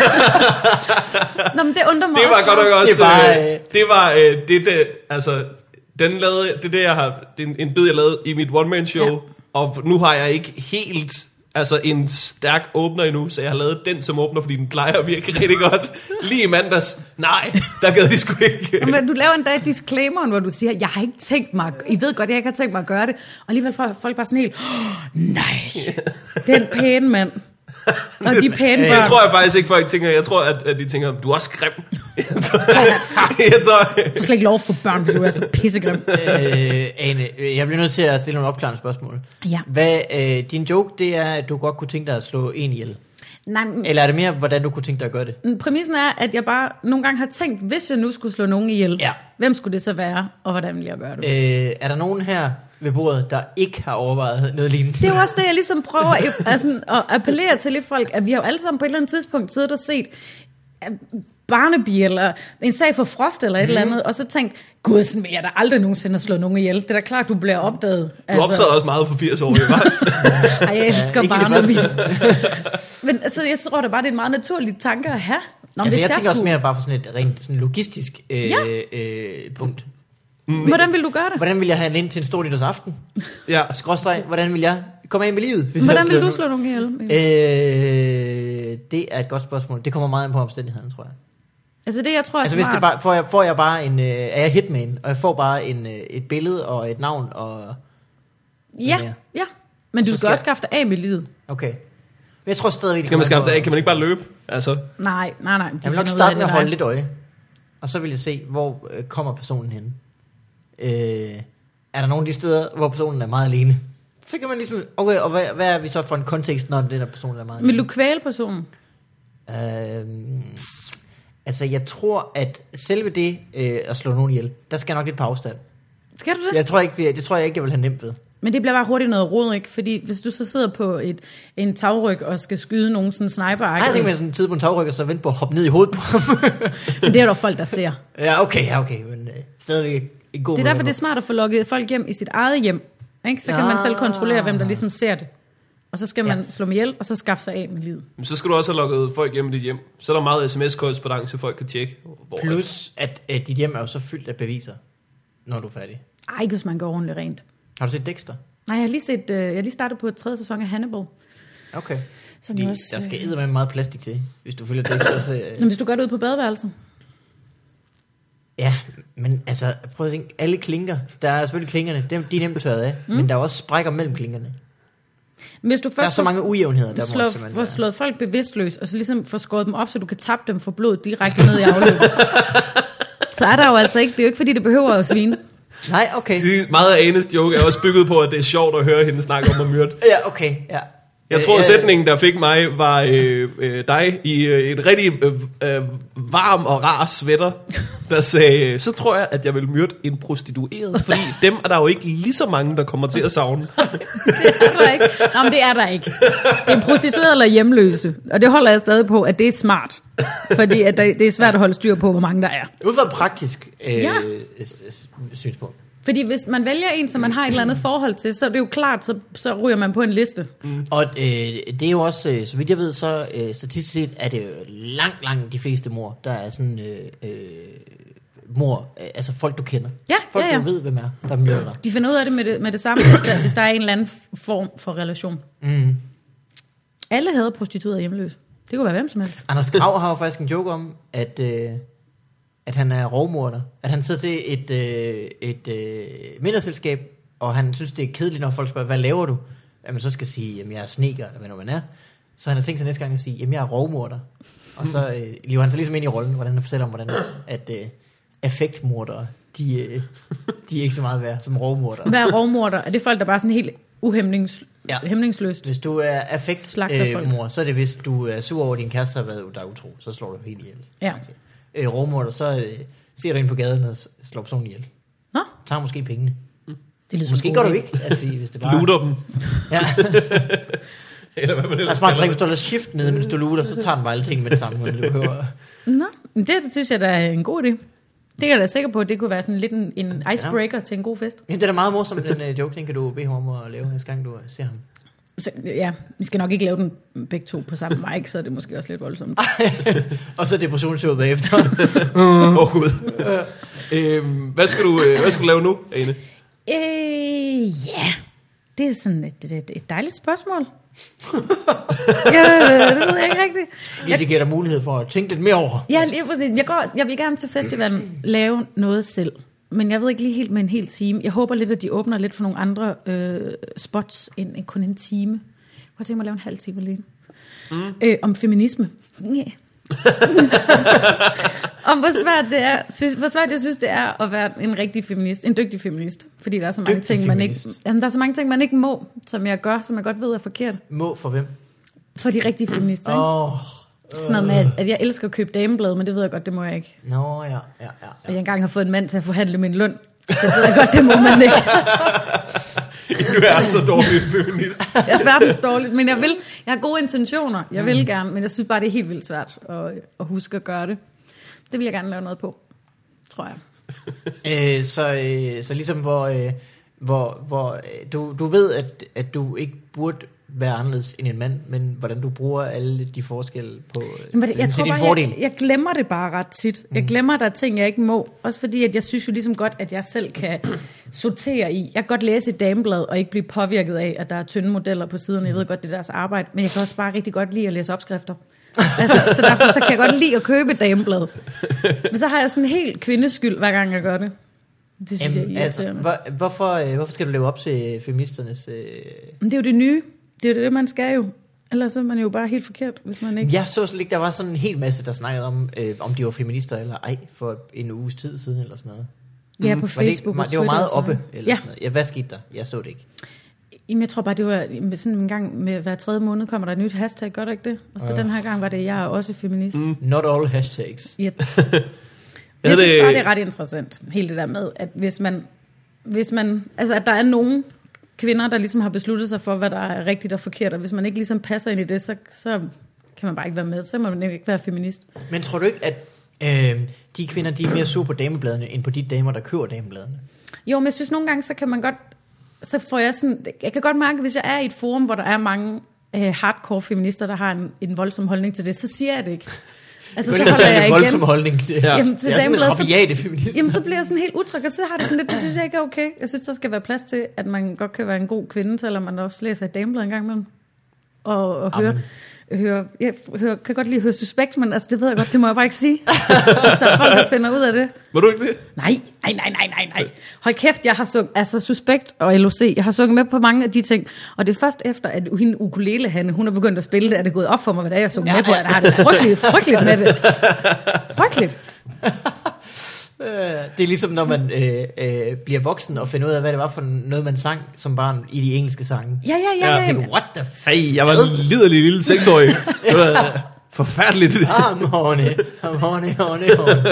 Nå, men det undrer mig. Det var godt nok også. Det var, øh, det var øh, det, det, altså, den lavede, det der jeg har, det er en, en bid jeg lavede i mit one man show, ja. Og nu har jeg ikke helt, altså en stærk åbner endnu, så jeg har lavet den som åbner, fordi den plejer at virke rigtig godt. Lige i mandags, nej, der gad de sgu ikke. Men du laver endda et disclaimer, hvor du siger, jeg har ikke tænkt mig, I ved godt, jeg ikke har tænkt mig at gøre det, og alligevel får folk bare sådan helt, oh, nej, den pæne mand. Og de pæne børn. Jeg tror jeg faktisk ikke, folk tænker. Jeg tror, at, at de tænker, du er også grim. Jeg tror, jeg tror, du får slet ikke lov for børn, fordi du er så pissegrim. øh, Ane, jeg bliver nødt til at stille nogle opklarende spørgsmål. Ja. Hvad, øh, din joke, det er, at du godt kunne tænke dig at slå en ihjel. Nej, eller er det mere, hvordan du kunne tænke dig at gøre det? Præmissen er, at jeg bare nogle gange har tænkt, hvis jeg nu skulle slå nogen ihjel, ja. Hvem skulle det så være, og hvordan ville jeg gøre det? Øh, er der nogen her ved bordet, der ikke har overvejet noget lignende? Det er jo også det, jeg ligesom prøver altså, at appellere til lidt folk, at vi har jo alle sammen på et eller andet tidspunkt siddet og set Barnaby, eller en sag for Frost, eller et mm. eller andet, og så tænkt, gud, sådan vil jeg da aldrig nogensinde slå nogen ihjel. Det er da klart, du bliver opdaget. Du altså. Optræder også meget for firs år, hva'? Ej, jeg elsker ja, Barnaby. Men altså, jeg tror da bare, det er en meget naturlig tanke at have. Nå, altså, jeg, jeg tænker skulle... også mere bare for sådan et rent sådan logistisk øh, ja. øh, punkt. Mm. Hvordan vil du gøre det? Hvordan vil jeg have en ind til en stor nytårsaften? Ja. Skråstreg, hvordan vil jeg komme af med livet? Hvis hvordan vil du slå nogen ihjel? Øh, det er et godt spørgsmål. Det kommer meget ind på omstændighederne, tror jeg. Altså det, jeg tror er altså, hvis det bare, får, jeg, får jeg bare en, øh, er jeg hitman, og jeg får bare en, øh, et billede og et navn og... Ja, ja. Men du skal, skal også skaffe dig af med livet. Okay. Men jeg tror stadigvæk... Skal man skaffe sig af? Kan man ikke bare løbe? Altså. Nej, nej, nej. Jeg vil nok starte med at holde lidt øje. Og så vil jeg se, hvor øh, kommer personen hen. Øh, er der nogle af de steder, hvor personen er meget alene? Så kan man ligesom... Okay, og hvad, hvad er vi så for en kontekst, når den der person er meget alene? Vil du kvæle personen? Øh... Altså, jeg tror, at selve det øh, at slå nogen ihjel, der skal jeg nok lidt på afstand. Skal du det? Jeg tror ikke, jeg, det tror jeg ikke, jeg vil have nemt ved. Men det bliver bare hurtigt noget rod, ikke? Fordi hvis du så sidder på et, en tagryg og skal skyde nogen sådan sniper. Nej, jeg tænker med sådan en tid på en tagryg, og så vente på at hoppe ned i hovedet på ham. Men det er der folk, der ser. Ja, okay, ja, okay. Men øh, stadigvæk en god. Det er derfor, det er smart at få lukket folk hjem i sit eget hjem. Ikke? Så kan ja. man selv kontrollere, hvem der ligesom ser det. Og så skal man ja. slå dem ihjel, og så skaffe sig af med livet. Men så skal du også have lukket folk hjem i dit hjem. Så er der meget sms-korrespondance, folk kan tjekke. Hvor Plus, at, at dit hjem er jo så fyldt af beviser, når du er færdig. Ej, ikke hvis man går ordentligt rent. Har du set Dexter? Nej, jeg har lige, set, øh, jeg har lige startet på et tredje sæson af Hannibal. Okay. Fordi også, der skal æde med meget plastik til, hvis du følger Dexter. Så, øh... Men hvis du gør det ud på badeværelset. Ja, men altså, prøv at tænke, alle klinker, der er selvfølgelig klinkerne, dem, de er nemt tørret af, mm. men der er også sprækker mellem klinkerne. Hvis du først der er så mange ujævnheder, der slå, må får slået folk bevidstløs, og så ligesom får skåret dem op, så du kan tappe dem for blod direkte ned i afløbet. Så er der jo altså ikke, det er jo ikke fordi, det behøver at svine. Nej, okay. Det meget af Anes joke er også bygget på, at det er sjovt at høre hende snakke om at myrde. Ja, okay, ja. Jeg tror, at sætningen, der fik mig, var øh, øh, dig i øh, en rigtig øh, øh, varm og rar sweater, der sagde, så tror jeg, at jeg vil myrde en prostitueret, fordi dem er der jo ikke lige så mange, der kommer til at savne. Det er der ikke. Nå, men det er der ikke. Det er prostitueret eller hjemløse, og det holder jeg stadig på, at det er smart, fordi at det er svært at holde styr på, hvor mange der er. Ud fra praktisk øh, ja. synspunkt. Fordi hvis man vælger en, som man har et eller andet forhold til, så er det jo klart, så, så ryger man på en liste. Mm. Og øh, det er jo også, øh, så vidt jeg ved, så øh, statistisk set er det jo langt, langt de fleste mor, der er sådan øh, øh, mor, øh, altså folk du kender. Ja, folk ja, ja. du ved, hvem er, der myrder. De finder ud af det med det, med det samme, hvis der, hvis der er en eller anden form for relation. Mm. Alle havde prostitueret hjemløs. Det kunne være hvem som helst. Anders Grav har jo faktisk en joke om, at... Øh, at han er rovmorder. At han sidder til et, øh, et øh, middagsselskab, og han synes, det er kedeligt, når folk spørger, hvad laver du? At man så skal sige, jamen jeg er sneker, eller hvad nu man er. Så han har tænkt sig næste gang at sige, jamen jeg er rovmorder. Og så øh, lever han så ligesom ind i rollen, hvordan han fortæller om, hvordan at øh, affektmordere, de, øh, de er ikke så meget værd som rovmorder. Hvad er rovmorder? Er det folk, der bare sådan helt uhæmnings, ja. hæmningsløst? Hvis du er affektmor, øh, så er det, hvis du er sur over, at din kæreste har været der utro, så slår du helt ihjel. Ja. Okay. Øh, rovmorder, så øh, ser du ind på gaden og slår personen ihjel. Nå? Tager måske pengene. Mm. Det lyder måske går du ikke. Altså, hvis det bare... Luter dem. Ja. Eller hvad man ellers altså, man hvis du holder shift nede, mens du luter, så tager den bare alle ting med det samme. Du behøver... Nå, det, det synes jeg, der er en god idé. Det er jeg da sikker på, at det kunne være sådan lidt en, en icebreaker ja. til en god fest. Ja, det er da meget morsomt, den uh, joke, den kan du bede ham om at lave næste gang, du ser ham. Så, ja, vi skal nok ikke lave den begge to på samme mic, så er det måske også lidt voldsomt. Og så depressionsshowet bagefter. Åh oh, gud. øhm, hvad, skal du, hvad skal du lave nu, Ane? Øh, ja, det er sådan et, et, et dejligt spørgsmål. ja, det ved jeg ikke rigtigt. Ja, det giver dig mulighed for at tænke lidt mere over. Ja, lige præcis. Jeg, går, jeg vil gerne til festivalen lave noget selv. Men jeg ved ikke lige helt med en hel time. Jeg håber lidt, at de åbner lidt for nogle andre øh, spots end, end kun en time. Jeg kunne tænke mig at lave en halv time alene. Mm. Øh, om feminisme. Yeah. om hvor svært det er, synes, hvor svært jeg synes det er at være en rigtig feminist, en dygtig feminist, fordi der er så mange dygtig ting man feminist. ikke, altså, der er så mange ting man ikke må, som jeg gør, som jeg godt ved er forkert. Må for hvem? For de rigtige feminister. Åh. Oh. Sådan noget med, at jeg elsker at købe dameblade, men det ved jeg godt, det må jeg ikke. Nå, ja, ja, ja. ja. Og jeg engang har fået en mand til at forhandle min løn. Det ved jeg godt, det må man ikke. Du er så dårlig feminist. Jeg er verdens dårligst, men jeg vil, jeg har gode intentioner. Jeg mm. vil gerne, men jeg synes bare, det er helt vildt svært at, at huske at gøre det. Det vil jeg gerne lave noget på, tror jeg. øh, så, øh, så ligesom hvor, øh, hvor, hvor øh, du, du ved, at, at du ikke burde være anderledes end en mand, men hvordan du bruger alle de forskelle på Jamen, det, jeg til tror din bare, fordel. Jeg, jeg glemmer det bare ret tit. Jeg glemmer, at der er ting, jeg ikke må. Også fordi, at jeg synes jo ligesom godt, at jeg selv kan sortere i. Jeg kan godt læse et dameblad, og ikke blive påvirket af, at der er tynde modeller på siden. Jeg ved godt, det er deres arbejde, men jeg kan også bare rigtig godt lide at læse opskrifter. altså, så derfor så kan jeg godt lide at købe et dameblad. Men så har jeg sådan en helt kvindeskyld, hver gang jeg gør det. Det synes Jamen, jeg er irriterende. Altså, hvor, hvorfor, øh, hvorfor skal du leve op til feministernes... Øh... Men det er jo det nye. Det er det, man skal jo. Ellers så er man jo bare helt forkert, hvis man ikke... Jeg så slet ikke, der var sådan en hel masse, der snakkede om, øh, om de var feminister eller ej, for en uges tid siden eller sådan noget. Ja, på Facebook var det, og det var meget oppe, noget. eller ja. Sådan noget. Ja, hvad skete der? Jeg så det ikke. Jamen, jeg tror bare, det var sådan en gang med hver tredje måned kommer der et nyt hashtag, gør der ikke det? Og så uh. den her gang var det, jeg er også feminist. Mm. Not all hashtags. Yep. jeg synes bare, det er ret interessant, hele det der med, at hvis man, hvis man altså at der er nogen kvinder, der ligesom har besluttet sig for, hvad der er rigtigt og forkert, og hvis man ikke ligesom passer ind i det, så, så kan man bare ikke være med. Så må man ikke være feminist. Men tror du ikke, at øh, de kvinder, de er mere sur på damebladene, end på de damer, der køber damebladene? Jo, men jeg synes nogle gange, så kan man godt, så får jeg sådan, jeg kan godt mærke, hvis jeg er i et forum, hvor der er mange øh, hardcore feminister, der har en, en voldsom holdning til det, så siger jeg det ikke. Altså, så holder jeg en voldsom igen. Holdning. Ja. Jamen, til jeg er sådan en rabiate feminist. Jamen, så bliver jeg sådan helt utryg, og så har det sådan lidt, det synes jeg ikke er okay. Jeg synes, der skal være plads til, at man godt kan være en god kvinde, selvom man også læser et dameblad en gang imellem. Og, og høre, høre, jeg høre, kan godt lige høre Suspekt, men altså, det ved jeg godt, det må jeg bare ikke sige. Hvis der er folk, der finder ud af det. Må du ikke det? Nej, nej, nej, nej, nej, nej. Hold kæft, jeg har sunget, altså Suspekt og L O C, jeg har sunget med på mange af de ting, og det er først efter, at hende ukulele, Hanne, hun er begyndt at spille det, er det gået op for mig, hvad det er, jeg sunget ja, med på, at der har det frygteligt, frygteligt med det. Frygteligt. Det er ligesom, når man øh, øh, bliver voksen og finder ud af, hvad det var for noget, man sang som barn i de engelske sange. Ja, ja, ja. ja. Det, what the f***? Hey, jeg var en liderlig lille seksårig. Det var forfærdeligt. I'm horny, I'm horny, horny, horny.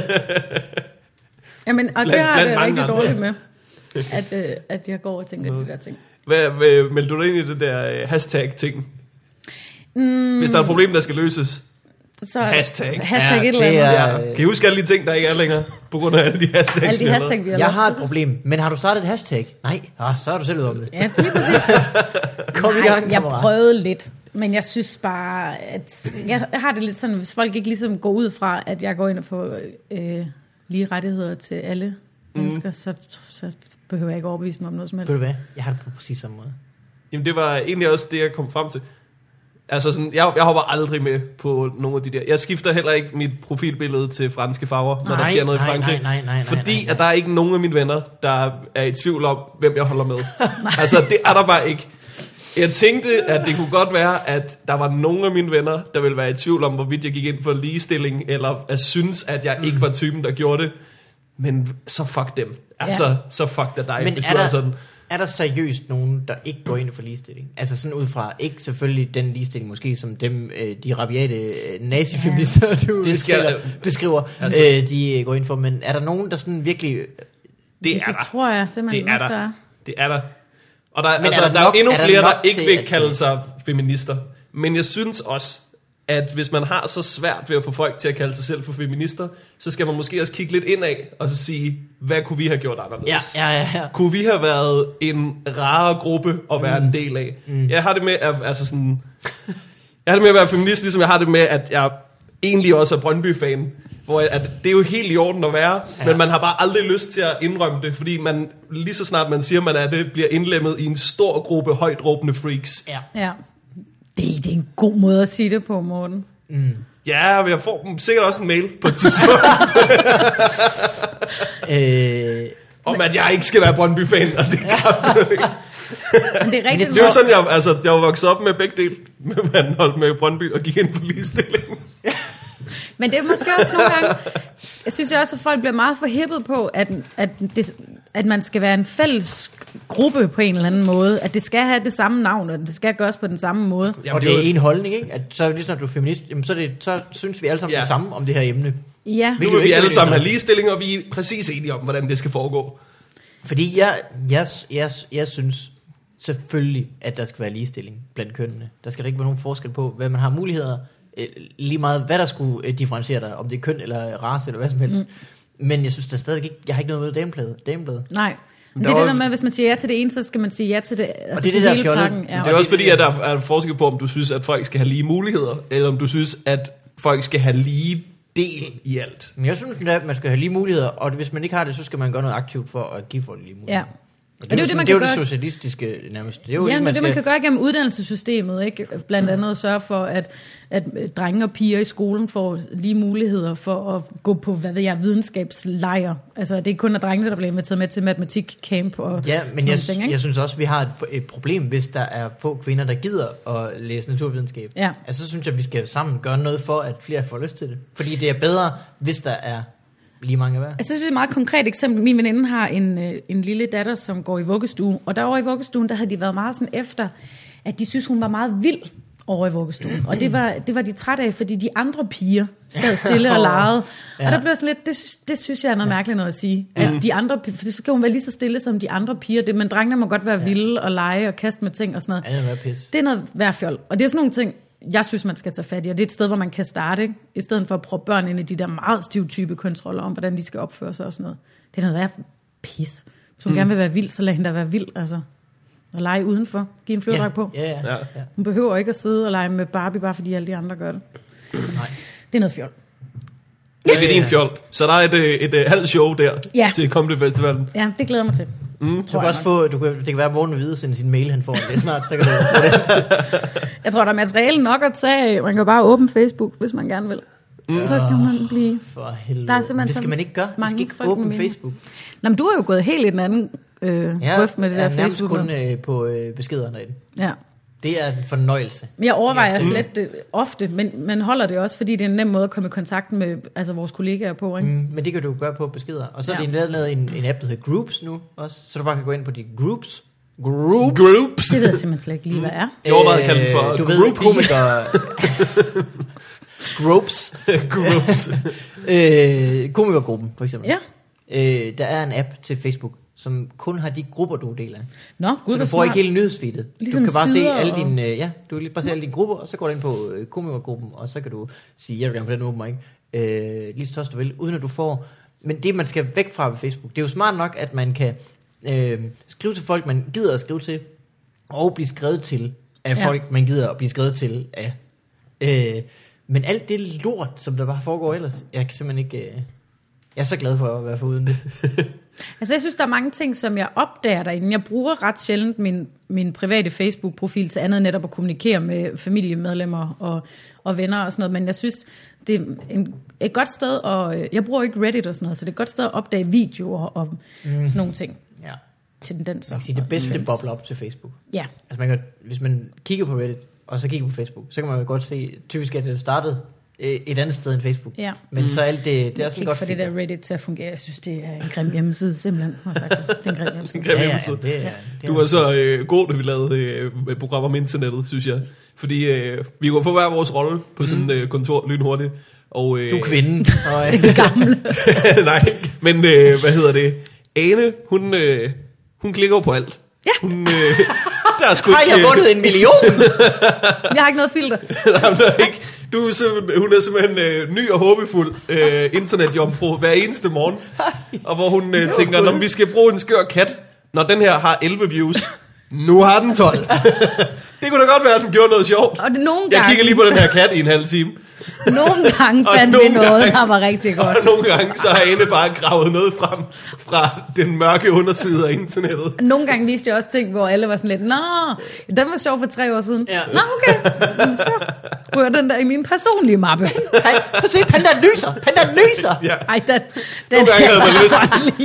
Jamen, og det har det rigtig dårligt med, at, øh, at jeg går og tænker de der ting. Hvad, hvad, meldte du dig ind i det der hashtag-ting? Mm. Hvis der er et problem, der skal løses. Så hashtag. Hashtag ja, et eller andet. Er, kan I huske alle de ting, der ikke er længere? På grund af alle de hashtags, alle de hashtag, vi har Jeg har et problem, men har du startet et hashtag? Nej, ah, så er du selv ud om det. Ja, lige præcis. Kom Nej, i gang, jeg prøvede lidt, men jeg synes bare, at jeg har det lidt sådan, hvis folk ikke ligesom går ud fra, at jeg går ind og får øh, lige rettigheder til alle mm. mennesker, så, så behøver jeg ikke overbevise mig om noget som helst. Ved du hvad? Jeg har det på præcis samme måde. Jamen det var egentlig også det, jeg kom frem til. Altså sådan, jeg, jeg hopper aldrig med på nogle af de der. Jeg skifter heller ikke mit profilbillede til franske farver, når nej, der sker noget i Frankrig. Nej, nej, nej, nej, fordi nej, nej. At der er ikke nogen af mine venner, der er i tvivl om, hvem jeg holder med. Altså det er der bare ikke. Jeg tænkte, at det kunne godt være, at der var nogle af mine venner, der ville være i tvivl om, hvorvidt jeg gik ind for ligestilling, eller at synes, at jeg ikke var typen, der gjorde det. Men så fuck dem. Altså, ja. Så fuck da dig, men hvis er du der, er sådan. Er der seriøst nogen, der ikke går ind for ligestilling? Altså sådan ud fra, ikke selvfølgelig den ligestilling måske, som dem, de rabiate nazifeminister, ja. du det skal, beskriver, beskriver altså, øh, de går ind for. Men er der nogen, der sådan virkelig... Det, er det der. Tror jeg simpelthen det er nok, der. der er. Det er der. Og der, altså, er der, der nok, er jo endnu er flere, der, der ikke vil kalde at... sig feminister. Men jeg synes også, at hvis man har så svært ved at få folk til at kalde sig selv for feminister, så skal man måske også kigge lidt indad og så sige, hvad kunne vi have gjort anderledes? Ja, ja, ja, ja. Kunne vi have været en rarere gruppe at være mm. en del af? Mm. Jeg har det med at, altså sådan, jeg har det med at være feminist, ligesom jeg har det med, at jeg egentlig også er Brøndby-fan. Hvor at det er jo helt i orden at være, ja. Men man har bare aldrig lyst til at indrømme det, fordi man lige så snart man siger, man er det, bliver indlemmet i en stor gruppe højt råbende freaks. Ja, ja. Det, det er en god måde at sige det på, Morten. Mm. Ja, men jeg får sikkert også en mail på et tidspunkt. øh, Om at jeg ikke skal være Brøndby-fan, og det kan Men det er rigtigt. Det var sådan, jeg, altså, jeg var vokset op med begge dele. Man holdt med Brøndby og gik ind for ligestilling. Men det er måske også nogle gange, jeg synes også, at folk bliver meget forhippet på, at, at, det, at man skal være en fælles gruppe på en eller anden måde, at det skal have det samme navn, og det skal gøres på den samme måde. Jamen, og det er en holdning, ikke? At så lige snart du er feminist, jamen, så, det, så synes vi alle sammen ja. det samme om det her emne. Ja. Nu vil vi alle sammen have ligestilling, og vi er præcis enige om, hvordan det skal foregå. Fordi jeg, jeg, jeg, jeg synes selvfølgelig, at der skal være ligestilling blandt kønnene. Der skal der ikke være nogen forskel på, hvad man har muligheder, lige meget hvad der skulle differentiere dig, om det er køn eller race eller hvad som helst. Mm. Men jeg synes der stadig ikke, jeg har ikke noget med damebladet. damebladet. Nej, men det er det der med, at hvis man siger ja til det ene, så skal man sige ja til det, altså det, til det, hele pakken. Ja. Det er også fordi, at der er forskel på, om du synes, at folk skal have lige muligheder, eller om du synes, at folk skal have lige del i alt. Men jeg synes, at man skal have lige muligheder, og hvis man ikke har det, så skal man gøre noget aktivt for at give folk lige muligheder. Ja. Og det, og det er jo sådan, det, man det, det socialistiske nærmest. Det er jo ja, ikke, man det skal... man kan gøre gennem uddannelsessystemet, ikke? Blandt andet at sørge for, at, at drenge og piger i skolen får lige muligheder for at gå på, hvad ved jeg, videnskabslejr. Altså, det er ikke kun af drengene, der bliver inviteret med til matematikcamp og ja, men jeg, ting, jeg synes også, vi har et, et problem, hvis der er få kvinder, der gider at læse naturvidenskab. Ja. Altså, så synes jeg, at vi skal sammen gøre noget for, at flere får lyst til det. Fordi det er bedre, hvis der er lige mange værd. Jeg synes, det er et meget konkret eksempel. Min veninde har en, en lille datter, som går i vuggestue, og derovre i vuggestuen, der havde de været meget sådan efter, at de synes, hun var meget vild. over i vuggestuen. Og det var, det var de trætte af, fordi de andre piger stod stille og legede. Ja. Og der blev sådan lidt, det, det synes jeg er noget mærkeligt noget at sige. At mm. de andre, for så skal hun være lige så stille som de andre piger. Det, men drengene må godt være vilde og lege og kaste med ting og sådan noget. Ja, det, er det er noget værfjold. Og det er sådan nogle ting, jeg synes, man skal tage fat i. Og det er et sted, hvor man kan starte, ikke? I stedet for at prøve børn ind i de der meget stereotype kontroller om, hvordan de skal opføre sig og sådan noget. Det er noget værd pis. Hvis hun mm. gerne vil være vild, så lad hende da være vild, altså. Og lege udenfor. Giv en flyverdragt på. Ja, ja, ja. Hun behøver ikke at sidde og lege med Barbie, bare fordi alle de andre gør det. Nej. Det er noget fjol. Ja, det er din fjol. Så der er et, et, et, et halvt show der ja. til Comedy Festivalen. Ja, det glæder mig til. Mm. Du kan også få, du kan, det kan være, at Morten vil vide sin, sin mail, han får det snart, så kan du Jeg tror, der er materiale nok at tage. Man kan bare åbne Facebook, hvis man gerne vil. Mm. Så kan man blive... For helvede. Der er simpelthen det skal man ikke gøre. Man skal ikke åbne Facebook. Nå, men du har jo gået helt i den anden øh, ja, grøft med det der Facebook. Ja, nærmest kun øh, på øh, beskederne. Ja. Det er en fornøjelse. Men jeg overvejer ja. slet det ofte, men man holder det også, fordi det er en nem måde at komme i kontakt med altså, vores kollegaer på. Ikke? Mm, men det kan du gøre på beskeder. Og så ja. er det lavet, lavet en, en app, der hedder Groups nu også, så du bare kan gå ind på de groups. Groups. Groups. Det ved jeg simpelthen slet ikke lige, hvad er. Jeg overvejer at kalde det for du ved, komikere... Groups. Groups. øh, komikergruppen, for eksempel. Ja. Øh, der er en app til Facebook, som kun har de grupper, du deler. Nå, gud, så du får smart. ikke hele nyhedsfeedet. Ligesom du kan bare se alle og... dine, ja, du kan bare se alle dine grupper, og så går du ind på øh, komikergruppen, og så kan du sige, jeg vil gerne på den åben mig, ikke? Øh, lige så tørst du vil, uden at du får... Men det, man skal væk fra ved Facebook, det er jo smart nok, at man kan øh, skrive til folk, man gider at skrive til, og blive skrevet til af ja. folk, man gider at blive skrevet til af. Øh, men alt det lort, som der bare foregår ellers, jeg kan simpelthen ikke... Øh, jeg er så glad for at være foruden det. Altså jeg synes, der er mange ting, som jeg opdager derinde. Jeg bruger ret sjældent min, min private Facebook-profil til andet netop at kommunikere med familiemedlemmer og, og venner og sådan noget. Men jeg synes, det er en, et godt sted, og jeg bruger ikke Reddit og sådan noget, så det er et godt sted at opdage videoer og mm. sådan nogle ting. Ja. Tendenser. Man kan sige, det bedste bobler op til Facebook. Ja. Altså man kan, hvis man kigger på Reddit, og så kigger på Facebook, så kan man jo godt se, typisk at det startede et andet sted end Facebook. Ja. Men mm. så alt det, det er også godt for det der Reddit til at fungere. Jeg synes, det er en grim hjemmeside, simpelthen. Det er en grim hjemmeside. En grim hjemmeside. Ja, ja, det er, det er du var så øh, god, da vi lavede øh, et program om internettet, synes jeg. Fordi øh, vi kunne få hver vores rolle på mm. sådan et øh, kontor lynhurtigt. Og, øh, du er kvinden. Og den gamle. Nej, men øh, hvad hedder det? Ane, hun, øh, hun klikker på alt. Ja. Hun, øh, der er sgu ikke... Har jeg vundet en million? Jeg har ikke noget filter. Nej, der er ikke... Du er simpelthen, hun er simpelthen øh, ny og håbefuld øh, internetjomfru hver eneste morgen. Og hvor hun øh, tænker, når vi skal bruge en skør kat, når den her har elleve views, nu har den tolv. Det kunne da godt være, at hun gjorde noget sjovt. Og det nogle jeg gange... kigger lige på den her kat i en halv time. Nogle gange fandt vi noget, gange, der var rigtig godt. Og nogle gange så har Ane bare gravet noget frem fra den mørke underside af internettet. Nogle gange viste jeg også ting, hvor alle var sådan lidt, nå, den var sjov for tre år siden. Ja. Nå, okay. Så ryger den der i min personlige mappe. Prøv at se, pandaen lyser. Pandaen lyser. Ja. Ej, den, den nogle gange havde man lyst.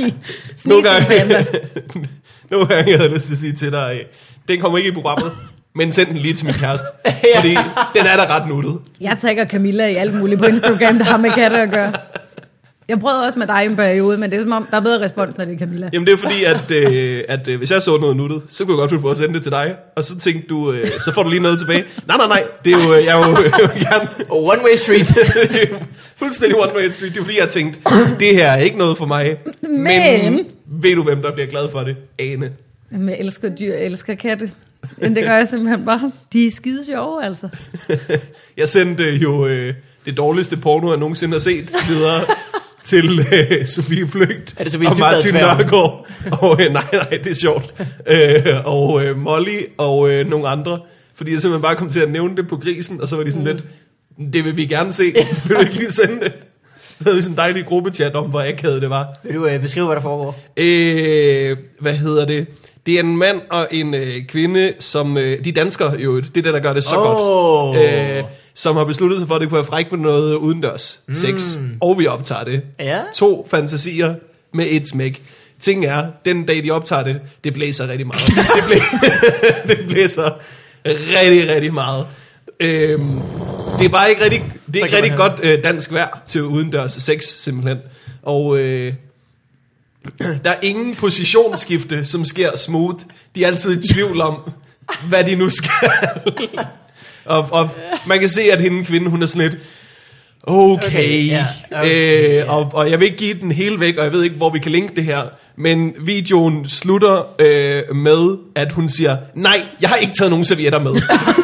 Nogle gange, nogle gange havde jeg lyst til at sige til dig, den kommer ikke i programmet. Men send den lige til min kæreste. Ja. Fordi den er da ret nuttet. Jeg tagger Camilla i alt muligt på Instagram, der har med katte at gøre. Jeg prøvede også med dig i en periode, men det er som om, der er bedre respons, når det er Camilla. Jamen det er fordi, at, øh, at øh, hvis jeg så noget nuttet, så kunne jeg godt finde på at sende det til dig. Og så tænkte du, øh, så får du lige noget tilbage. Nej, nej, nej. Det er jo, jeg er jo, jeg er jo gerne... One way street. Fuldstændig one way street. Det er fordi, jeg tænkte, det her er ikke noget for mig. Men... men ved du, hvem der bliver glad for det? Ane. Jamen, jeg elsker dyr, jeg elsker katte. Men det gør jeg simpelthen bare. De er skide sjove, altså. Jeg sendte jo øh, det dårligste porno, jeg nogensinde har set videre til øh, Sofie Flygt er det Sofie og Martin Nørgaard. Og øh, nej, nej, det er sjovt. Øh, og øh, Molly og øh, nogle andre. Fordi jeg simpelthen bare kom til at nævne det på grisen, og så var de sådan mm. lidt, det vil vi gerne se. Vil du ikke lige sende det? Så havde vi sådan en dejlig gruppechat om, hvor akavet det var. Vil du øh, beskrive, hvad der foregår? Øh, hvad hedder det? Det er en mand og en øh, kvinde, som... Øh, de danskere jo, det er det, der gør det så oh. godt. Øh, som har besluttet sig for, at det kunne være frækt med noget udendørs mm. sex. Og vi optager det. Ja. To fantasier med et smæk. Ting er, den dag de optager det, det blæser rigtig meget. det, blæ det blæser rigtig, rigtig meget. Øhm, det er bare ikke rigtig, det er ikke rigtig godt øh, dansk vejr til udendørs sex, simpelthen. Og... Øh, der er ingen positionsskifte, som sker smooth. De er altid i tvivl om, hvad de nu skal. Og, og man kan se, at hende kvinde, hun er sådan lidt, okay, okay, yeah, okay øh, yeah. og, og jeg vil ikke give den hele væk, og jeg ved ikke, hvor vi kan linke det her, men videoen slutter øh, med, at hun siger, nej, jeg har ikke taget nogen servietter med.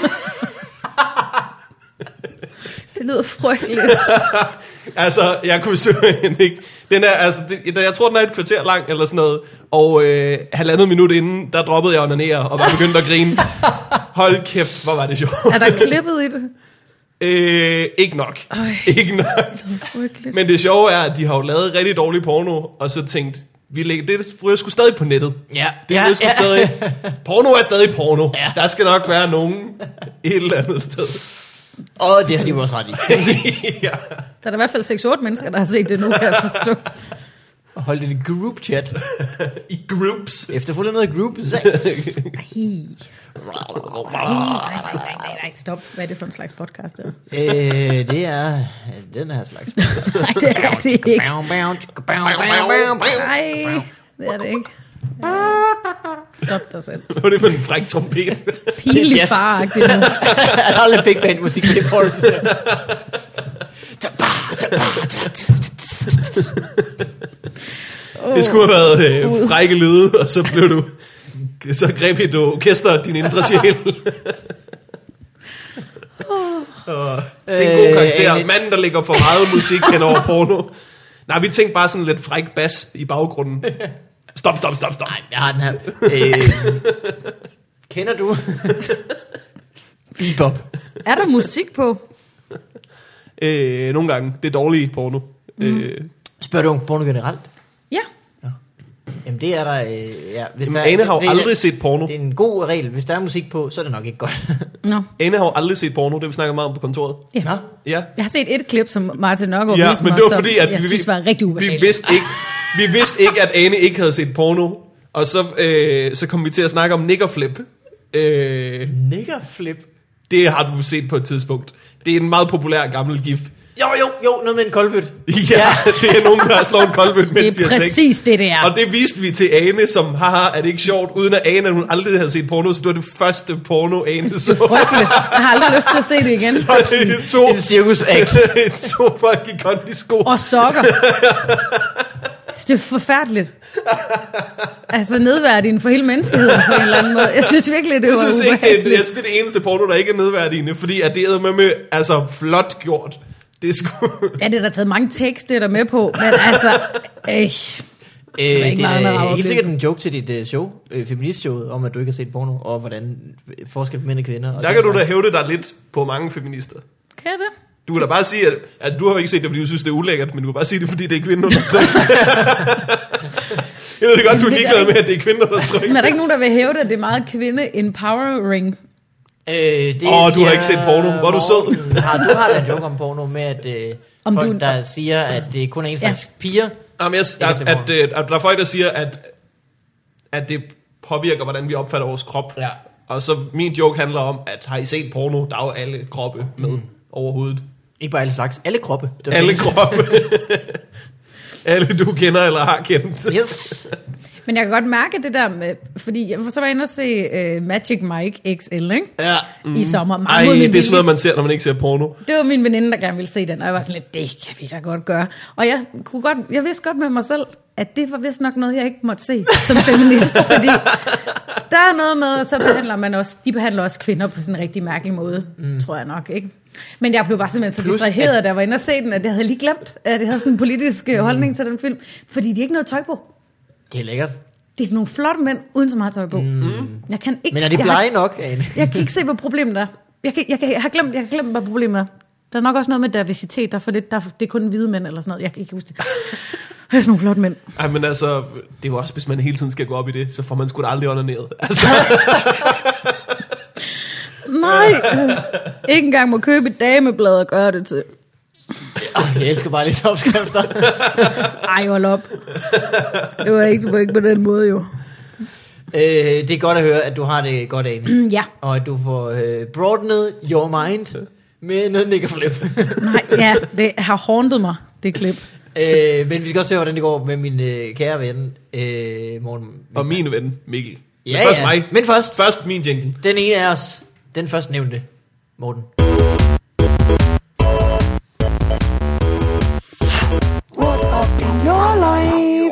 Det lyder frygteligt. Altså, jeg kunne simpelthen ikke. Den er, altså, det, jeg tror, den er et kvarter lang, eller sådan noget, og øh, halvandet minut inden, der droppede jeg onanere, og var begyndt at grine. Hold kæft, hvor var det sjovt. Er der klippet i det? Øh, ikke nok. Øj, ikke nok. Det Men det sjove er, at de har jo lavet rigtig dårlig porno, og så tænkt, vi lægger, det ryger sgu stadig på nettet. Ja. Det ja, er sgu ja. stadig. Porno er stadig porno. Ja. Der skal nok være nogen et eller andet sted. Og det har de jo også ret i. Ja. Der er der i hvert fald seks otte mennesker, der har set det nu, kan jeg forstå. Og hold det i group chat. I groups. Efterfølgende noget group sex. Nej. Nej, nej, nej, nej, stop. Hvad er det for en slags podcast, der? øh, det er den her slags podcast. Nej, det er det ikke. Nej, det er det ikke. Stop dig selv. Hvad er det for en fræk trompet? Pinlig far-agtigt nu. Han har lidt big band musik. Det er det. Det skulle have været øh, frække lyde, og så blev du, så greb et orkester din indre sjæl. Og det er en god karakter. Øh, Manden, der lægger for meget musik hen over porno. Nej, vi tænkte bare sådan lidt fræk bas i baggrunden. Stop, stop, stop, stop. Nej, jeg har den her. Øh, kender du Bebop? Er der musik på? Øh, nogle gange. Det er dårlige porno. Mm. Øh. Spørger du om porno generelt? Ja. Ja. Jamen det er der, øh, ja. Hvis Jamen, der Ane har jo det, aldrig det, set porno. Det er en god regel. Hvis der er musik på, så er det nok ikke godt. No. Ane har jo aldrig set porno. Det vi snakker meget om på kontoret. Ja. Nå? Ja. Jeg har set et klip, som Martin Nørgaard Ja, viste men mig, det var som fordi, at jeg vi, synes var rigtig ubehageligt. Vi vidste ikke, vi vidste ikke, at Ane ikke havde set porno. Og så, øh, så kom vi til at snakke om niggerflip. Øh, Niggerflip? Det har du set på et tidspunkt. Det er en meget populær gammel gif. Jo, jo, jo, noget med en koldbøt. Ja, ja, det er nogen, der har slået en koldbøt, mens de har sex. Det er præcis det, det er. Og det viste vi til Ane, som, haha, er det ikke sjovt, uden at Ane, at hun aldrig havde set porno, så det var det første porno, Ane så. Det er frygteligt. Jeg har aldrig lyst til at se det igen. Det to, en cirkus-act. to fucking kondisko. Og sokker. Det er forfærdeligt. Altså nedværdigende for hele menneskeheden på en eller anden måde. Jeg synes virkelig, det jeg var synes ubehageligt. ikke, det, jeg synes, det er det eneste porno, der ikke er nedværdigende, fordi at det er med med, altså flot gjort. Det er sgu... Ja, det er der taget mange tekster, der er med på, men altså... Øh, Øh, det er, det er helt sikkert en joke til dit uh, show, øh, feministshowet, om at du ikke har set porno, og hvordan forskel på mænd og kvinder. Og der kan du da hævde dig lidt på mange feminister. Kan det? Du kan da bare sige, at, at du har ikke set det, fordi du synes, det er ulækkert, men du kan bare sige det, fordi det er kvinder, der trykker. Jeg ved det godt, du er ligeglad med, at det er kvinder, der trykker. Men er der ikke nogen, der vil hævde, at det er meget kvinde-empowering? Åh, øh, oh, du har ikke set porno. Hvor er du sød? Har, du har da en joke om porno med, at øh, om folk, du... der siger, at det kun er en slags ja. piger. Jamen, jeg, at, at, at, at der er folk, der siger, at, at det påvirker, hvordan vi opfatter vores krop. Ja. Og så min joke handler om, at har I set porno, der er jo alle kroppe med mm. overhovedet. Ikke bare alle slags, alle kroppe. Alle findes. Kroppe. Alle du kender eller har kendt. Yes. Men jeg kan godt mærke det der med, fordi jeg så var inde og se uh, Magic Mike X L, ikke? Ja. Mm. I sommer. Ej, det er sådan noget, man ser, når man ikke ser porno. Det var min veninde, der gerne ville se den, og jeg var sådan lidt, det kan vi da godt gøre. Og jeg kunne godt, jeg vidste godt med mig selv, at det var vist nok noget, jeg ikke måtte se som feminist, fordi der er noget med, og så behandler man også, de behandler også kvinder på sådan en rigtig mærkelig måde, mm. tror jeg nok, ikke? Men jeg blev bare simpelthen så distraheret, at... da jeg var inde og se den, at jeg havde lige glemt, at jeg havde sådan en politisk mm. holdning til den film, fordi de ikke noget tøj på. Det er lækkert. Det er nogle flotte mænd, uden så meget tøj på. Mm. Jeg kan ikke... Men er de blege har, nok, Ane? Jeg kan ikke se, hvad problemet er. Jeg, kan, jeg, kan, jeg, har glemt, jeg har glemt, hvad problemet er. Der er nok også noget med diversitet, der for det, der, det er kun hvide mænd eller sådan noget. Jeg kan ikke huske det. Det er sådan nogle flotte mænd. Ej, men altså, det er jo også, hvis man hele tiden skal gå op i det, så får man sgu da aldrig onaneret. Altså. Nej, ikke engang må købe et dameblad og gøre det til. Jeg elsker bare lidt opskrifter. Ej, hold op. Det var ikke, det var ikke på den måde, jo. Øh, det er godt at høre, at du har det godt, Ane. Mm, ja. Og at du får øh, broadenet your mind med noget niggerflip. Nej, ja, det har haunted mig, det klip. Øh, men vi skal også se, hvordan det går med min øh, kære ven, øh, Morten. Og min ven, Mikkel. Ja, men først ja. mig. Men først. Først min jingle. Den ene af os, den først nævnte. Morten. What up in your life?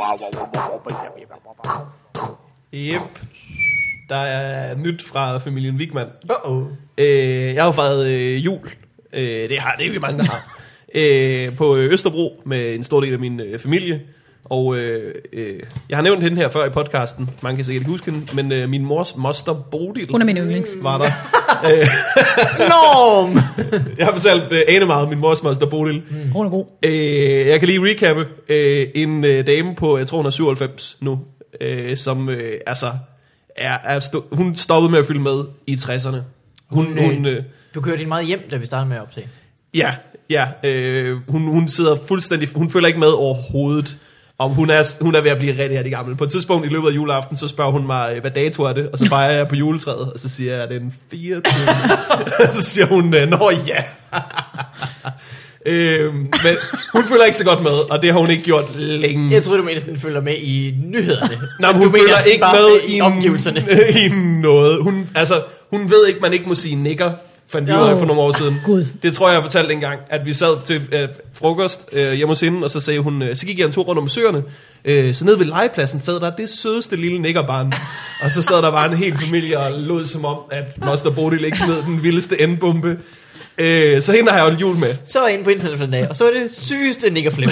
Yep. Der er nyt fra familien Wigman. Uh-oh. Øh, jeg har jo fejret øh, jul. Øh, det, har, det er vi mange, der har. øh, på Østerbro med en stor del af min øh, familie. Og øh, øh, jeg har nævnt hende her før i podcasten. Mange kan sikkert ikke huske hende. Men øh, min mors moster Bodil. Hun er min yndlings. Var der. Norm! Jeg har selv øh, anet meget min mors moster Bodil. Mm. Hun er god. Øh, jeg kan lige recappe. Øh, en øh, dame på, jeg tror hun er syvoghalvfems nu. Øh, som øh, altså... Er, er stå, hun stoppede med at fylde med i tresserne. Hun, hun, hun, øh, du kørte din meget hjem, da vi startede med at optage. Ja, ja. Øh, hun, hun sidder fuldstændig... Hun følger ikke med overhovedet. Om hun er, hun er ved at blive rigtig, rigtig gammel. På et tidspunkt i løbet af juleaften, så spørger hun mig, hvad dato er det? Og så peger jeg på juletræet, og så siger jeg, den fireogtyvende Og så siger hun, nå ja. øh, men hun følger ikke så godt med, og det har hun ikke gjort længe. Jeg troede, du mente, at den følger med i nyhederne. Nej, men hun følger ikke med i omgivelserne. I noget. Hun, altså, hun ved ikke, man ikke må sige nigger, fandt vi ud af for nogle år siden. God. Det tror jeg, jeg fortalte en gang, at vi sad til øh, frokost øh, hjemme hos hende, og så sagde hun, øh, så gik jeg en tur rundt om søerne, øh, så nede ved legepladsen sad der det sødeste lille niggerbarn, og så sad der bare en hel familie og lod som om, at moster Bodil ikke smed den vildeste endbombe. Øh, så hende har jeg jo jul med. Så var jeg inde på internet for den dag, og så var det sygeste niggerflip.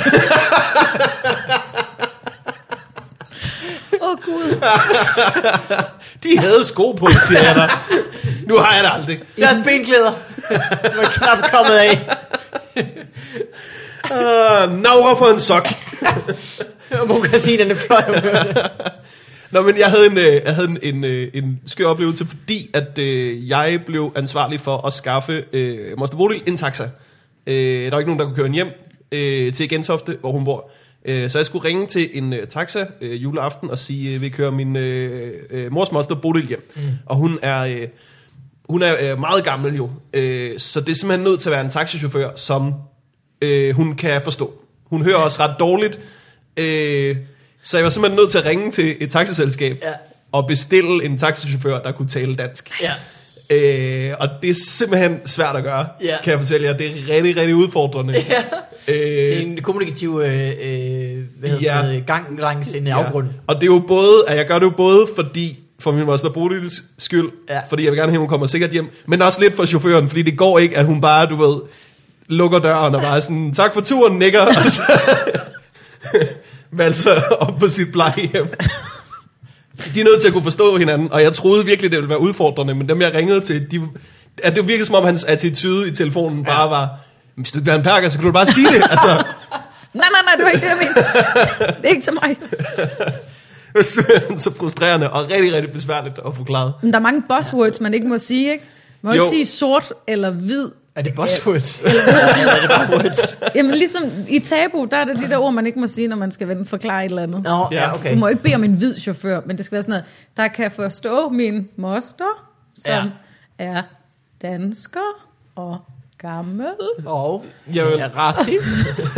Åh, oh, Gud. De havde sko på, siger jeg dig. Nu har jeg det aldrig. Deres benklæder var knap kommet af. uh, Naura for en sok. Man kan sige, at den er fløj. Nå, men jeg havde en, jeg havde en, en, en skør oplevelse, fordi at øh, jeg blev ansvarlig for at skaffe øh, moster Bodil en taxa. Øh, der var ikke nogen, der kunne køre hende hjem øh, til Gentofte, hvor hun bor. Øh, så jeg skulle ringe til en øh, taxa øh, juleaften og sige, øh, vi kører min øh, øh, mors moster Bodil hjem. Mm. Og hun er, øh, hun er øh, meget gammel jo, øh, så det er simpelthen nødt til at være en taxichauffør, som øh, hun kan forstå. Hun hører også ret dårligt, øh, så jeg var simpelthen nødt til at ringe til et taxiselskab ja. og bestille en taxichauffør, der kunne tale dansk. Ja. Øh, og det er simpelthen svært at gøre, ja. kan jeg fortælle jer. Det er rigtig, rigtig udfordrende. Ja. Øh, det er en kommunikativ øh, hvad hedder ja. det, gang langs en ja. afgrund. Og det er jo både, at jeg gør det jo både fordi, for min moster Bodils skyld, ja. fordi jeg vil gerne have, at hun kommer sikkert hjem, men også lidt for chaufføren, fordi det går ikke, at hun bare, du ved, lukker døren og bare sådan, tak for turen, nikker, og så valser op på sit plejehjem. De er nødt til at kunne forstå hinanden, og jeg troede virkelig, det ville være udfordrende, men dem jeg ringede til, de, at det virkede som om hans attitude i telefonen ja. bare var, hvis du ikke vil have en perker, så kan du bare sige det. Altså. nej, nej, nej, det var ikke det, jeg mente. Det er ikke til mig. Det er så frustrerende og rigtig, rigtig besværligt at forklare. Men der er mange buzzwords, man ikke må sige, ikke? Man må jo. ikke sige sort eller hvid. Er det buzzwords? Eller, eller er det bare words? Jamen ligesom i tabu, der er det de der ord, man ikke må sige, når man skal forklare et eller andet. Nå, ja, okay. Du må ikke bede om en hvid chauffør, men det skal være sådan noget, der kan forstå min moster, som ja. er dansker og gammel. Og er racist.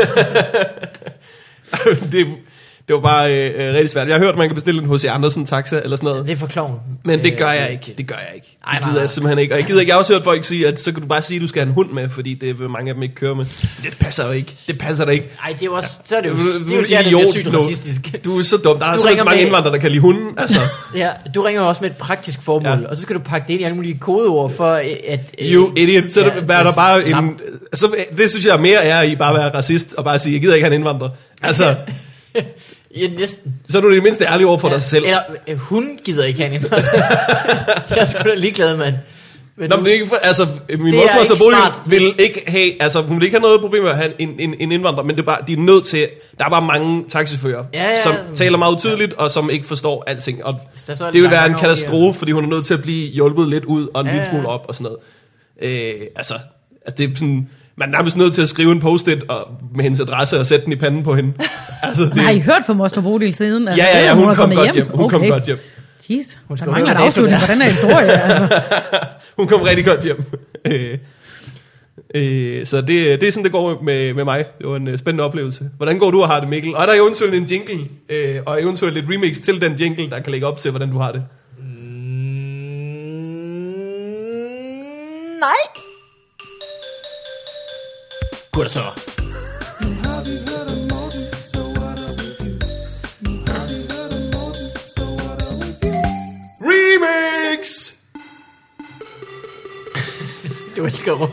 det, det var bare øh, rigtig svært. Jeg har hørt, at man kan bestille en H C Andersen taxa eller sådan noget. Det er for klovn. Men det gør jeg ikke. Det gør jeg ikke. Det gider jeg simpelthen ikke. Og jeg gider ikke. Jeg har også hørt folk sige, at så kan du bare sige, at du skal have en hund med, fordi det vil mange af dem ikke køre med. Det passer jo ikke. Det passer da ikke. Nej, det er jo også, så er det jo, du, det er jo der, det er sygt racistisk. Du er så dum. Der er så mange indvandrere, der kan lide hunden. Altså. Ja, du ringer jo også med et praktisk formål, ja. og så skal du pakke det ind i alle mulige kodeord for at... Jo, idiot. Så ja, er der bare en... Så, det synes jeg mere er i bare at være racist og bare sige, jeg gider ikke have en indvandrer. Altså... Ja, næsten. Så er du det mindste ærlig over for ja. dig selv. Eller, øh, hun gider ikke have en indvandrer. Jeg er sgu da ligeglad, mand. Men Nå, men det er ikke for, altså, min moster så Bodil vil ikke have, altså, hun vil ikke have noget problem med at have en, en, en indvandrer, men det er bare, de er nødt til, der er bare mange taxichauffører, ja, ja, som ja. taler meget utydeligt, ja. og som ikke forstår alting, og det, det vil være en katastrofe, fordi hun er nødt til at blive hjulpet lidt ud, og en ja, lille smule op, og sådan noget. Øh, altså, altså, det er sådan... Man er nærmest nødt til at skrive en post-it og, med hendes adresse og sætte den i panden på hende. Altså, det... Har I hørt fra moster Bodil siden? Altså, ja, ja, ja, hun, hun kom godt hjem. hjem. Hun okay. kom godt hjem. Jeez, hun skal mangler en afslutning på den her historie. Altså. Hun kom rigtig godt hjem. Øh, øh, så det, det er sådan, det går med, med mig. Det var en uh, spændende oplevelse. Hvordan går du og har det, Mikkel? Og er der eventuelt en jingle, øh, og eventuelt et remix til den jingle, der kan lægge op til, hvordan du har det? Mm, nej. Gud så. Remix! Du elsker rum.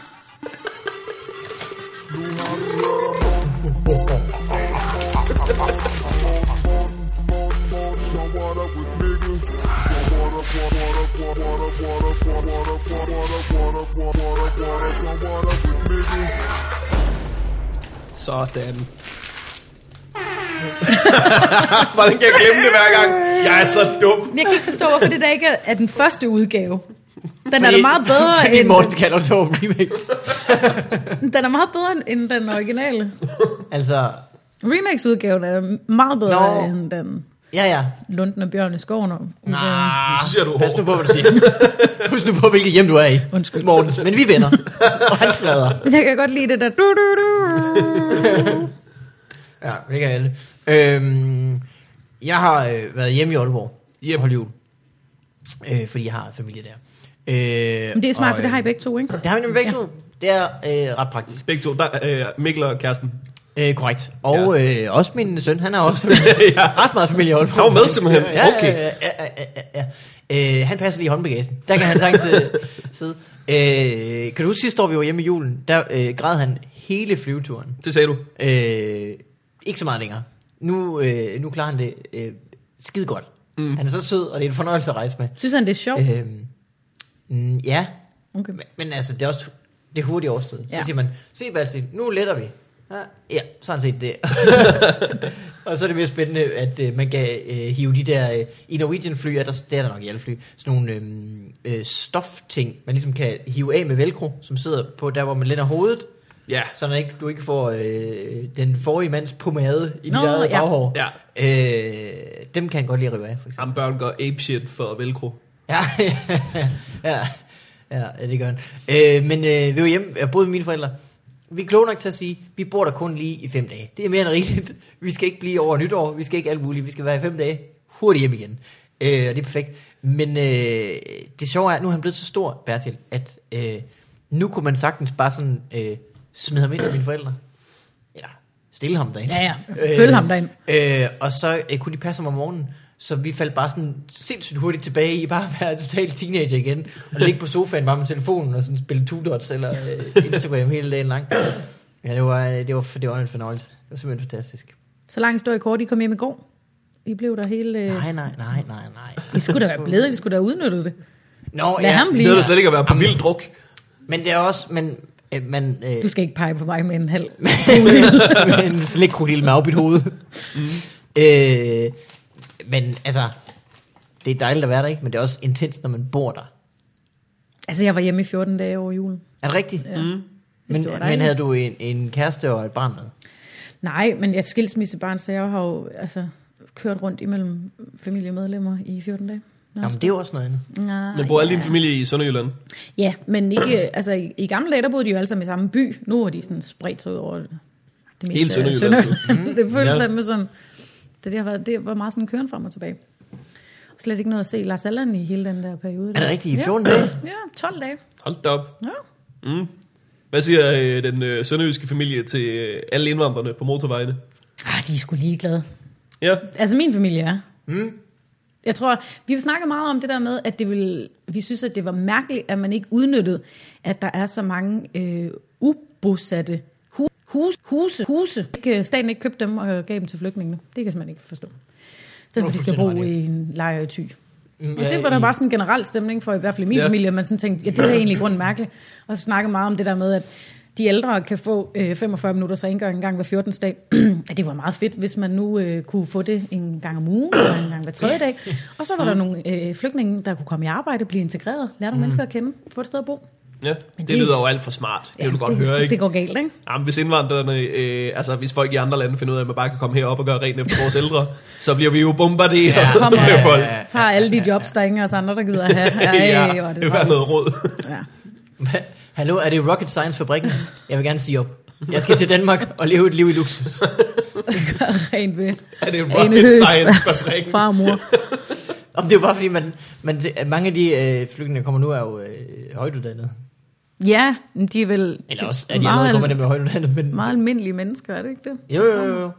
Sådan. Hvordan kan jeg glemme det hver gang? Jeg er så dum. Jeg kan ikke forstå, hvorfor det der ikke er den første udgave. Den fordi, er da meget bedre fordi end... Morten kalder det over remix. Den er meget bedre end den originale. Altså... Remix-udgaven er meget bedre Nå. end den... Ja, ja. Lunden og Bjørn i skoven. Nah, så siger du pas nu på, hvad du siger. Husk nu på, hvilket hjem du er i. Undskyld. Mortens. Men vi er venner. Og han slader. Jeg kan godt lide det der. Du, du, du. Ja, det kan alle. Øhm, jeg har øh, været hjemme i Aalborg. Hjem. Holde jul. Øh, fordi jeg har familie der. Øh, Men det er smart, og, for det har I begge to, ikke? Det har vi nemlig begge to. Det er øh, ret praktisk. Begge to. Der, øh, Mikkel og Kirsten. Øh, korrekt. Og ja. øh, også min søn, han er også ja. ret meget familie i Aalborg. Han var med simpelthen. Ja, Okay. Ja, ja, ja, ja, ja. Øh, han passer lige i håndbagagen. Der kan han sagtens øh, sidde. Øh, kan du huske sidste år, vi var hjemme i julen? Der øh, græd han hele flyveturen. Det sagde du. Øh, ikke så meget længere. Nu, øh, nu klarer han det øh, skide godt. Mm. Han er så sød, og det er en fornøjelse at rejse med. Synes han, det er sjovt? Øh, mm, ja. Okay. Men, men altså, det er også det er hurtigt overstået. Så Ja. siger man, se Bastian, nu letter vi. Ja, ja, sådan set det. Og så er det mere spændende, at øh, man kan øh, hive de der, øh, i Norwegian fly, er der, det er der nok i alle fly, sådan nogle øh, øh, stofting, man ligesom kan hive af med velcro, som sidder på der, hvor man lænder hovedet, Ja. så man ikke, du ikke får øh, den forrige mands pomade i Nå, dit eget ja. baghår. Ja. Øh, dem kan han godt lide at rive af, for eksempel. Jamen, børn går apeshit for velcro. Ja, ja, ja, det gør han. Øh, men øh, vi var hjemme, jeg boede med mine forældre. Vi er kloge nok til at sige, vi bor der kun lige i fem dage. Det er mere end rigeligt. Vi skal ikke blive over nytår, vi skal ikke alt muligt. Vi skal være i fem dage, hurtigt hjem igen. Øh, og det er perfekt. Men øh, det sjove er, at nu er han blevet så stor, Bertil, at øh, nu kunne man sagtens bare sådan øh, smide ham ind til mine forældre. Eller stille ham derind. Ja, ja. Følg ham derind. Øh, og så øh, kunne de passe ham om morgenen. Så vi faldt bare sådan sindssygt hurtigt tilbage i bare at være totalt teenager igen. Og ligge på sofaen bare med telefonen og sådan spille two dots eller øh, Instagram hele dagen lang. Ja, det var, det var, det var en fornøjelse. Det var simpelthen fantastisk. Så lang historie kort, I kom hjem i går. I blev der hele... Øh... Nej, nej, nej, nej, nej. I skulle da være blevet, I skulle da have udnyttet det. Nå, Lad ja. ham blive. Det er da slet ikke at være på vild druk. Men det er også... Men, øh, man, øh, Du skal ikke pege på mig med en halv. med en slikkrokodil med afbidt hoved. Mm. Øh, men altså... Det er dejligt at være der, ikke? Men det er også intens, når man bor der. Altså, jeg var hjemme i fjorten dage over julen. Er det rigtigt? Ja. Mm. Men, det var men dejligt. havde du en, en kæreste og et barn med? Nej, men jeg er skilsmissebarn, så jeg har jo altså, kørt rundt imellem familiemedlemmer i fjorten dage. Nå, Jamen, det er jo også noget andet. Nej, Men bor alle ja. din familie i Sønderjylland? Ja, men ikke, altså i, i gamle dage, der boede de jo alle sammen i samme by. Nu er de sådan spredt sig ud over det meste Hele af Sønderjylland. Sønderjylland. Det føles Ja. lidt med sådan, det, det, har været, det var meget sådan køren frem og tilbage. Og slet ikke noget at se Lars Allan i hele den der periode. Er det rigtigt? I fjorten ja. dage? Ja, tolv dage. Hold da op. Ja. Mm. Hvad siger øh, den øh, sønderjyske familie til øh, alle indvandrerne på motorvejene? Ah, de er sgu ligeglade. Ja. Altså min familie er. Mm. Jeg tror, vi vil snakke meget om det der med, at det vil, vi synes, at det var mærkeligt, at man ikke udnyttede, at der er så mange øh, ubosatte hu- hus, huse, huse. Ikke, staten ikke købte dem og gav dem til flygtningene. Det kan jeg simpelthen ikke forstå. Så de skal bo i en lejr i Thy. Mm, og det var der bare sådan en generel stemning for, i hvert fald i min ja. familie, man sådan tænkte, ja, det er egentlig i grunden mærkeligt. Og så snakke meget om det der med, at de ældre kan få øh, femogfyrre minutters rengøring en gang hver fjortende dag. At det var meget fedt, hvis man nu øh, kunne få det en gang om ugen, eller en gang hver tredje dag. Og så var der nogle øh, flygtninge, der kunne komme i arbejde, blive integreret, lære nogle mm. mennesker at kende, få et sted at bo. Ja, det, det- det lyder jo alt for smart. Det Ja, vil du godt det, høre, ikke? Det går galt, ikke? Jamen, hvis indvandrerne, øh, altså hvis folk i andre lande finder ud af, at man bare kan komme herop og gøre rent efter vores ældre, så bliver vi jo bombarderet Ja, kommer, med folk. Tager alle de jobs, der er ingen af os andre, der gider have. Ej, Ja, hvor er det vil være noget råd. Ja. Hallo, er det Rocket Science-fabrikken? Jeg vil gerne sige op. Jeg skal til Danmark og leve et liv i luksus. Rent ved. Er det Ane rocket Høgs science-fabrikken? far og mor. Om det er jo bare fordi, man, man, mange af de øh, flygtninge, der kommer nu, er jo øh, højtuddannede. Ja, de er vel... Eller også er de allerede kommet med højt, men... Meget almindelige mennesker, er det ikke det? Jo, jo, jo.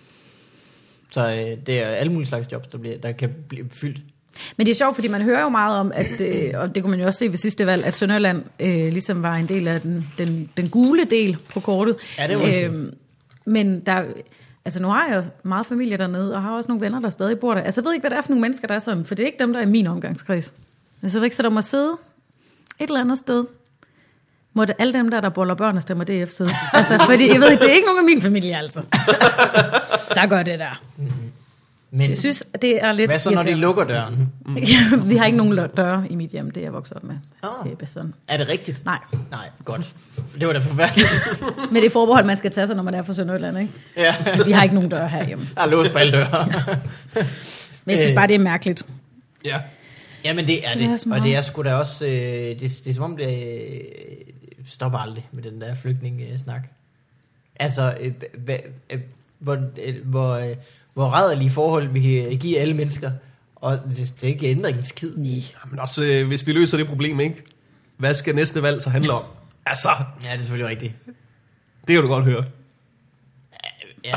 Så øh, det er alle mulige slags jobs, der, bliver, der kan blive fyldt. Men det er sjovt, fordi man hører jo meget om, at, øh, og det kunne man jo også se ved sidste valg, at Sønderjylland øh, ligesom var en del af den, den, den gule del på kortet. Ja, det må man sige. Men der... Altså nu har jeg meget familie dernede, og har også nogle venner, der stadig bor der. Altså jeg ved ikke, hvad det er for nogle mennesker, der er sådan, for det er ikke dem, der er i min omgangskreds. Altså jeg ved ikke, så der må sidde et eller andet sted. Må det alle dem, der der boller børn og stemmer D F sidde. Altså, fordi jeg ved ikke, det er ikke nogen af min familie, altså. Der gør det der. Mm-hmm. Men jeg synes, det er lidt... Hvad så, når de lukker døren? Mm. Ja, vi har ikke nogen døre i mit hjem, det er jeg vokset op med. Oh. Det er, sådan. Er det rigtigt? Nej. Nej, godt. Det var da forfærdeligt. Men det er forbehold, man skal tage sig, når man er fra Sønderjylland, ikke? Ja. Vi har ikke nogen døre herhjemme. Der er låst på alle døre. Men jeg synes bare, det er mærkeligt. Ja. Jamen det er det, det og det er sgu da også, øh, det, det er som om det øh, stopper aldrig med den der flygtning-snak. Altså, øh, øh, hvor, øh, hvor, øh, hvor rædderlige forhold vi kan give alle mennesker, og det, det ikke ændrer ikke en skid. Nej. Men også, øh, hvis vi løser det problem, ikke? Hvad skal næste valg så handle om? Altså. Ja, det er selvfølgelig rigtigt. Det kan du godt høre. Ja.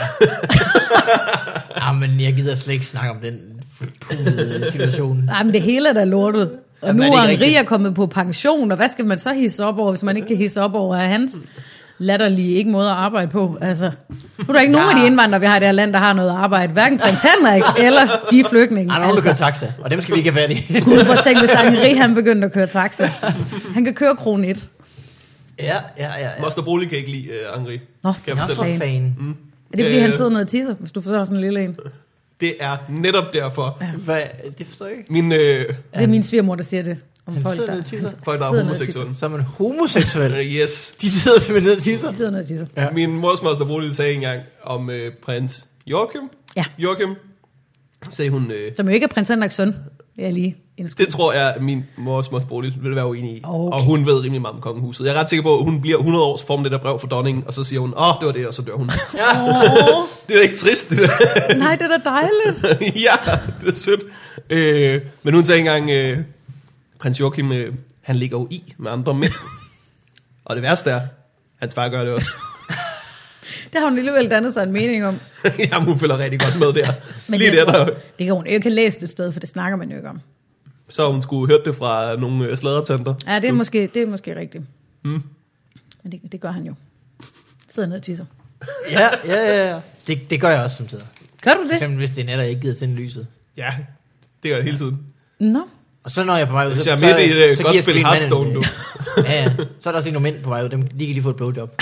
Ja, men jeg gider slet ikke snakke om den pudede situation. Nej, men det hele er da lortet. Og jamen, nu er Henri er kommet på pension, og hvad skal man så hisse op over, hvis man ikke kan hisse op over af hans latterlige ikke måde at arbejde på? Altså, nu er der ikke ja. nogen af de indvandrere, vi har i det her land, der har noget arbejde. Hverken prins Henrik eller de flygtninge. Der er nogen, der kører taxa, og dem skal vi ikke have fat i. Gud, prøv at tænke, hvis Henri han begyndte at køre taxa. Han kan køre krone et. Ja, ja, ja. ja. Moster Bolig kan ikke lide uh, Henri. Nå, for fan. Mm. Er det fordi, han sidder ned og tisser, hvis du forstår sådan en lille en? Det er netop derfor. Ja. Hvad, det forstår jeg ikke. Min, øh, det er min svigermor, der siger det. Om han folk, sidder der, ned og tisser. Folk, der er homoseksuelle. Så er man homoseksuel. Yes. De sidder simpelthen ned og tisser. De sidder ned og tisser. Ja. Min mors moster Bolig sagde engang om øh, prins Joachim. Ja. Joachim. Sagde hun... Øh, Som jo ikke er prins Henriks søn. Jeg er lige det tror jeg, at min mors moster Bolig vil være uenig i. Okay. Og hun ved rimelig meget om kongehuset. Jeg er ret sikker på, at hun bliver hundrede års form det der brev for dronningen, og så siger hun, åh, oh, det var det, og så dør hun. Ja. Oh. Det er da ikke trist, det der. Nej, det er da dejligt. Ja, det er sødt. Øh, men hun sagde engang, øh, prins Joachim, øh, han ligger jo i med andre mænd. Og det værste er, hans far gør det også. Det har hun alligevel dannet sig en mening om. Jamen, hun følger rigtig godt med der. Men lige der, tror, der. Det kan hun ikke have læst et sted, for det snakker man jo ikke om. Så hun skulle hørt det fra nogle øh, sladdertanter. Ja, det er, måske, det er måske rigtigt. Mm. Men det, det gør han jo. Sidder ned og tisser. Ja, ja, ja, ja. Det, det gør jeg også samtidig. Gør du det? For eksempel, hvis det er net, jeg ikke gider tænde lyset. Ja, det gør det hele tiden. Nå. No. Og så når jeg er på vej ud, så, så, så, midt i et så, godt spil Hearthstone nu. Ja, ja. Så er der også lige nogle mænd på vej ud. Dem, de kan lige få et blowjob.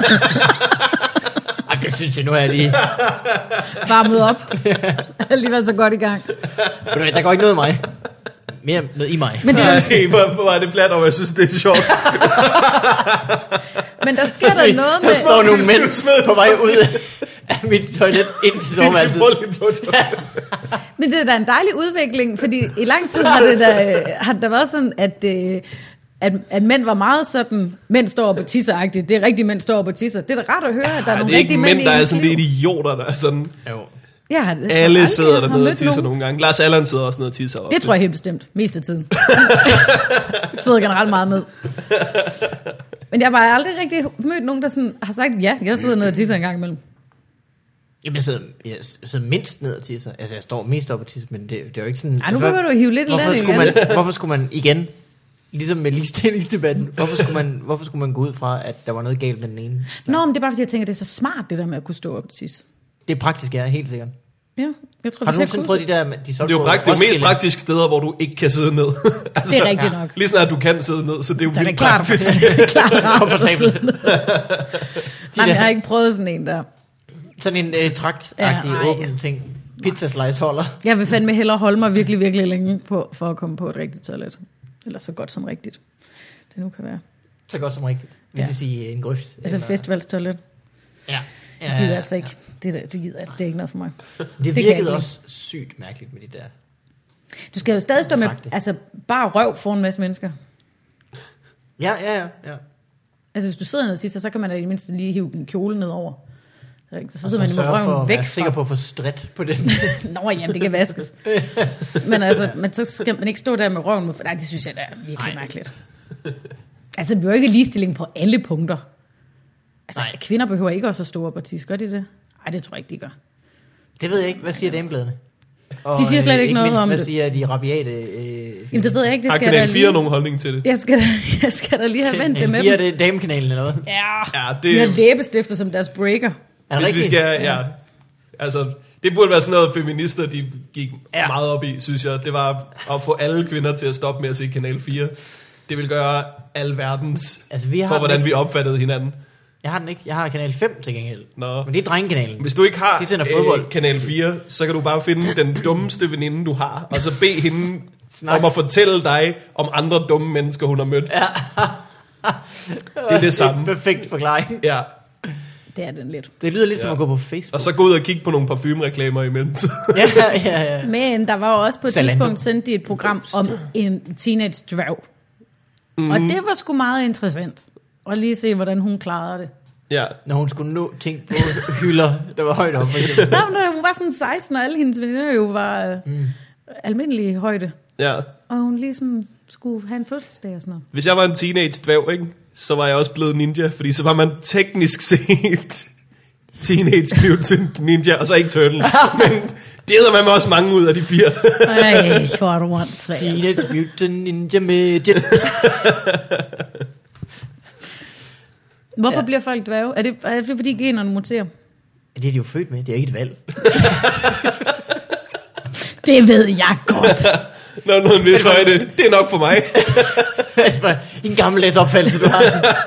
Ej, det synes jeg, nu er jeg lige... varmet op. Alligevel så godt i gang. Der går ikke noget i mig. Mere noget i mig. Men det er okay, hvor, hvor er det plat, og jeg synes, det er sjovt. Men der sker der noget med... Der står nogle mænd på vej ud af mit toilet ind til soveværelset. Men det er da en dejlig udvikling, fordi i lang tid har det der, har der været sådan, at... At, at mænd var meget sådan, mænd står op og tisser-agtigt. Det er rigtigt, mænd står op og tisser. Det er da rart at høre, ja, at der er nogle rigtige mænd i det er ikke mænd, der er sådan liv. lidt idioter, der er sådan... Jo. Ja, det, alle aldrig, sidder der nede og tisser nogen. nogle gange. Lars Allan sidder også nede og tisser. Det tror jeg helt bestemt. Mest af tiden. Sidder generelt meget ned. Men jeg har bare aldrig rigtig mødt nogen, der sådan har sagt, ja, jeg sidder ned og tisser en gang imellem. Jamen, jeg sidder, jeg sidder mindst ned og tisser. Altså, jeg står mest op og tisser, men det, det er jo ikke sådan... Ej, nu begynder du at hive lidt hvorfor land skulle, man, hvorfor skulle man igen... Ligesom med ligestillingsdebatten. Hvorfor skulle, man, hvorfor skulle man gå ud fra, at der var noget galt med den ene? Nå, men det er bare fordi, jeg tænker, det er så smart, det der med at kunne stå op og tisse. Det er praktisk, ja, helt sikkert. Ja, jeg tror, har du nogensinde prøvet de der... De det er jo prakt, det mest praktiske steder, hvor du ikke kan sidde ned. Altså, det er rigtigt nok. Lige snart du kan sidde ned, så det er jo så vildt klart, praktisk. Det er klart rart at sidde ned. Nej, jeg har ikke prøvet sådan en der. Sådan en øh, trakt-agtig ja, åben ja. ting. Pizza slice holder. Jeg vil fandme hellere holde mig virkelig, virkelig længe på, for at komme på et rigtigt toilet. Eller så godt som rigtigt. Det nu kan være. Så godt som rigtigt. Vil ja. det sige en grøft? Altså festivalstoilet. Ja. ja. Det gider altså ikke. Det, der, det gider altså ikke noget for mig. Det virkede det også sygt mærkeligt med de der. Du skal jo stadig stå med altså, bare røv foran en masse mennesker. Ja, ja, ja. ja. Altså hvis du sidder ned og sidst, så kan man da i det mindste lige hive en kjole ned over. Så, så sidder så man med røven for væk. Jeg er sikker på at få stræt på den. Nå, jamen, det kan vaskes. Men altså, men så skal man ikke stå der med røven. Med, nej, det synes jeg da er virkelig nej. mærkeligt. Altså, det bliver ikke ligestilling på alle punkter. Altså, Nej. Kvinder behøver ikke også at stå op og tisse. Gør de det? Nej, det tror jeg ikke, de gør. Det ved jeg ikke. Hvad siger damebladene? Og, De siger slet ikke, ikke noget mindst, om hvad det. siger de rabiate? Øh, Jamen, det ved jeg ikke. Det Har skal jeg da Kanal fire lige... nogen holdning til det? Jeg skal da, jeg skal da lige have vendt det med fire, dem. det er damekanalen eller hvad? Ja, Ja, de har det, læbestifter som deres breaker. Er det hvis vi rigtigt? skal, ja. Altså, det burde være sådan noget, feminister de gik Ja. ja. meget op i, synes jeg. Det var at få alle kvinder til at stoppe med at se Kanal fire. Det vil gøre alverdens Altså, vi har for, hvordan ikke. vi opfattede hinanden. Jeg har den ikke. Jeg har kanal fem til gengæld. Nå. Men det er drengekanalen. Hvis du ikke har De sender fodbold. øh, Kanal fire, så kan du bare finde den dummeste veninde, du har, og så bede hende Snak. om at fortælle dig om andre dumme mennesker, hun har mødt. Ja. Det er det samme. Perfekt forklaring. Ja. Det er den lidt. Det lyder lidt ja. som Ja. at gå på Facebook. Og så gå ud og kigge på nogle parfumereklamer imellem. ja, ja, ja. Men der var jo også på et Zalando. tidspunkt sendt de et program om en teenage dværg. Mm. Og det var sgu meget interessant. Og lige se, hvordan hun klarede det. Ja. Når hun skulle nå ting på hylder, der var højt op. For eksempel. Nej, men hun var sådan seksten, og alle hendes veninder jo var øh, mm. almindelige højde. Ja. Og hun lige sådan skulle have en fødselsdag og sådan noget. Hvis jeg var en teenage dværg, ikke, så var jeg også blevet ninja, fordi så var man teknisk set Teenage Mutant Ninja, og så ikke Turtle. Men det hedder man også mange ud af de fire. Ej, hvor er du åndssvagt. Teenage Mutant Ninja Midget. Hvorfor Ja. bliver folk dværge? Er det, er det fordi generne muterer? Det er de jo født med. Det er ikke et valg. Det ved jeg godt. Når nu en vis højde, det er nok for mig. En gammeldags opfattelse, du har.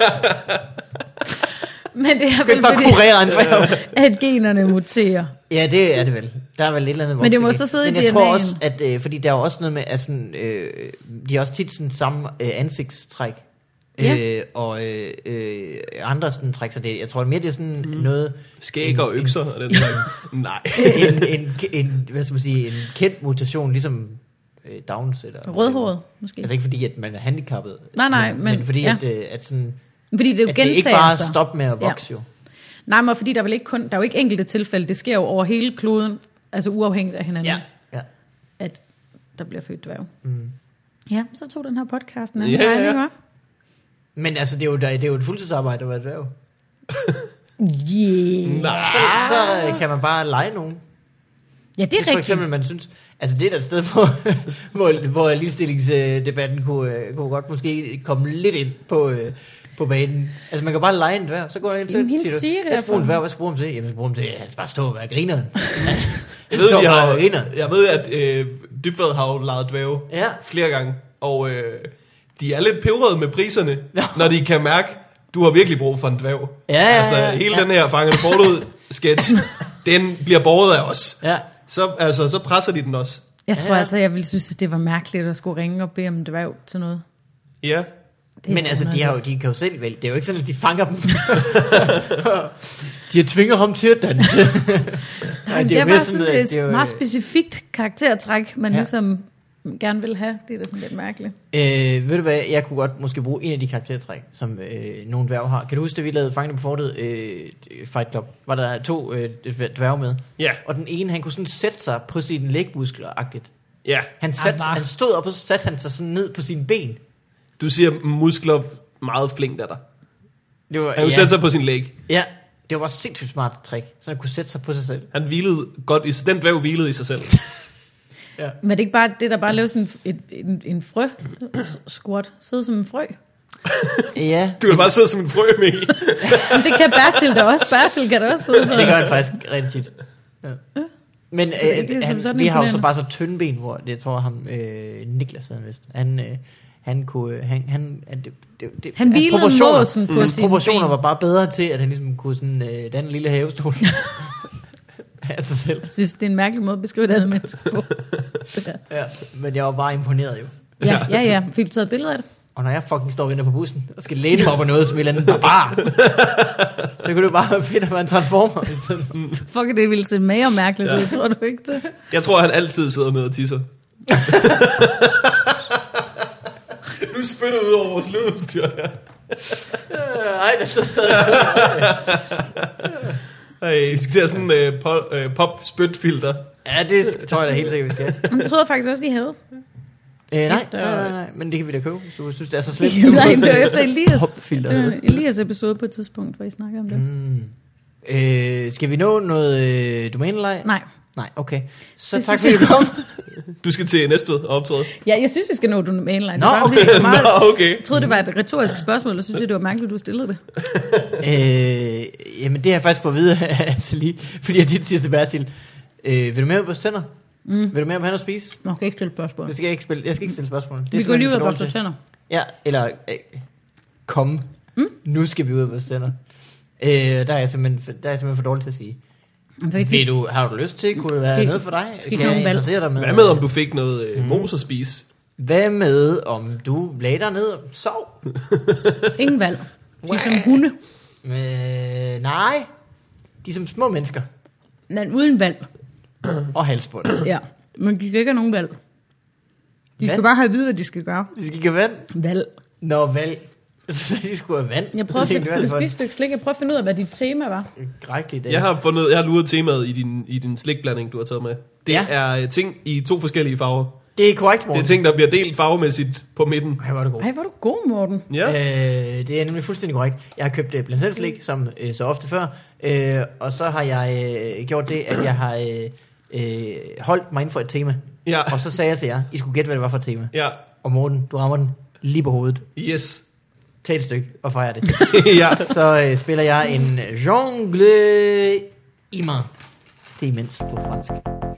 Men det er Du kan vel ikke bare fordi, kurere en dværg. at generne muterer. Ja, det er det vel. Der er vel et eller andet Men det må voksen så sidde i Men jeg D N A'en. tror også, at øh, fordi der er jo også noget med, at sådan, øh, de har også tit sådan samme øh, ansigtstræk. Ja. Øh, og øh, øh, andre sådan træk, så det, jeg tror mere det er sådan mm. noget... Skæg og en- økser og den slags. Nej. en, en, en, hvad skal man sige, en kendt mutation, ligesom øh, Downs eller... Rødhåret, måske. Altså ikke fordi, at man er handicappet. Nej, nej, men, men- men fordi, ja. at, øh, at, sådan, Fordi det er jo at det ikke gentagelser. bare stopper med at vokse, ja. jo. Nej, men fordi der er vel ikke kun, der er jo ikke enkelte tilfælde, det sker jo over hele kloden, altså uafhængigt af hinanden, Ja, ja. at der bliver født dværge. Mm. Ja, så tog den her podcast en Ja, anden ja, regning, ja. hva'? Men altså, det er jo, det er jo et fuldtidsarbejde at være dværg. Yeah. Nej. Så, så øh, kan man bare lege nogen. Ja, det er Hvis for rigtigt. eksempel man synes, altså det er da et sted, hvor, hvor, hvor ligestillingsdebatten kunne, øh, kunne godt måske komme lidt ind på, øh, på banen. Altså man kan bare lege en dværg, så går jeg ind Jamen, til, hende siger du, Siri er hvad skal bruge en for- dværg, hvad skal bruge ham til? Jamen, jeg skal bruge ham til, at bare stå og være grineren. Jeg ved, Stå de bare og har, være grineren. jeg ved at øh, Dybvad har jo lejet dvæve Ja. flere gange, og øh, de er lidt peberede med priserne, Nå. når de kan mærke, du har virkelig brug for en dvæv. Ja, ja, ja, altså ja. hele Ja. den her fangerne forlod sketch, den bliver båret af os. Ja. Så, altså, så presser de den også. Jeg tror Ja. altså, jeg ville synes, at det var mærkeligt at skulle ringe og bede om en dværg til noget. Ja. Det Men er altså, de, underligt. har jo, de kan jo selv vælge. Det er jo ikke sådan, at de fanger dem. De tvinger ham til at danse. Nej, Nej, det er, jo bare mere sådan at et det er jo, meget specifikt karaktertræk, man Ja. ja. ligesom gerne vil have. Det er da sådan lidt mærkeligt. Øh, ved du hvad, jeg kunne godt måske bruge en af de karaktertræk, som øh, nogle dværge har. Kan du huske, det vi lavede Fangerne på Fortet øh, Fight Club? Var der to øh, dværge med? Ja. Og den ene, han kunne sådan sætte sig på sine lægmuskler-agtigt. Ja. Han, satte, Ah, han stod op, og så satte han sig sådan ned på sine ben. Du siger muskler meget flink af dig. Det var, Han kunne ja, sætte sig på sin læg. ja, det var et sindssygt smart trick, så han kunne sætte sig på sig selv. Han hvilede godt i, den dvæv hvilede i sig selv. Ja. Men er det ikke bare det, der bare laver sådan et, en, en frø squat, sidde som en frø? Ja, Du kan bare sidde som en frø, Mikkel. Men det kan Bertil da også. Bertil kan da også sidde sådan. det gør han faktisk rigtig tit. Ja. Men det er ikke øh, som han, sådan vi har jo så imponerende. bare så tynde ben, hvor det jeg tror ham, øh, Niklas hedder han vist. Han, øh, han kunne, øh, han, han, han, det, det, det, Han hans hvilede proportioner- måsen på hans sine proportioner ben. var bare bedre til, at han ligesom kunne sådan, øh, danne en lille havestol af sig selv. Jeg synes, det er en mærkelig måde at beskrive et andet menneske på. Det der. Ja, men jeg var bare imponeret jo. Ja, ja, ja. Fik du taget billeder af det? Og når jeg fucking står og venter på bussen, og skal læne mig op af noget som et eller andet barbar, så kan du bare finde at være en transformer i stedet for. Fuck, det ville se mere mærkeligt ud, tror du ikke det? Jeg tror, han altid sidder nede og tisser. Nu spytter ud over vores lydudstyr der. Ej, det er så stadig. Ej, vi skal til at sådan en uh, pop, uh, pop-spytfilter. Ja, det tror jeg da helt sikkert, vi skal. Men det troede jeg faktisk også, de havde. Øh, nej, efter... nej, nej, nej, men det kan vi da købe, hvis du synes, det er så slemt. Nej, det var efter Elias, Elias episode på et tidspunkt, hvor I snakker om det. Mm. Øh, skal vi nå noget øh, domænelej? Nej. Nej, okay. Så det tak fordi du kom. Du skal til næste og optræde. Ja, jeg synes, vi skal nå domænelej. Nå, okay. Meget... Nå, okay. Jeg troede, det var et retorisk spørgsmål, og synes jeg, det var mærkeligt, du stillede det. øh, jamen, det har jeg faktisk på at vide, altså lige, fordi jeg tit siger til Bertil, øh, vil du med på tænder? Mm. Vil du med på hen og spise? Man kan ikke stille spørgsmål. Det skal jeg ikke spille. Jeg skal ikke stille spørgsmål. Det vi går lige ud og børste tænder. Ja, eller øh, kom. Mm? Nu skal vi ud og børste tænder. Øh, der, er jeg simpelthen, der er jeg simpelthen for dårlig til at sige. Ved du, har du lyst til? Kunne det være skal, noget for dig? Skal kan jeg interessere dig med? Hvad med, om du fik noget øh, mm. mos at spise? Hvad med, om du lagde dig ned og sov? Ingen valg. De er som hunde. Øh, nej. De er som små mennesker. Men uden valg. Og halsbånd. Ja, men de kan ikke have nogen valg. De vand? Skal bare have at vide, hvad de skal gøre. De skal ikke have vand? Valg. Nå, valg. Så de skulle have vand. Jeg prøver at finde, det et stykke slik. Jeg prøver at finde ud af, hvad dit tema var. Grækkeligt. Jeg har fundet, jeg har luret temaet i din, i din slikblanding, du har taget med. Det ja. er ting i to forskellige farver. Det er korrekt, Morten. Det er ting, der bliver delt farvemæssigt på midten. Ej, hvor er du god. Ej, hvor er du god, Morten. Ja. Øh, det er nemlig fuldstændig korrekt. Jeg har købt uh, blandt selv slik, som uh, så ofte før. Uh, og så har jeg uh, gjort det, at jeg har uh, uh, holdt mig inden for et tema. Ja. Og så sagde jeg til jer, I skulle gætte, hvad det var for et tema. Ja. Og Morten, du rammer den lige på hovedet. Yes. Tag et stykke og fejre det. Ja. Så uh, spiller jeg en jongle i mig. Det er imens på fransk.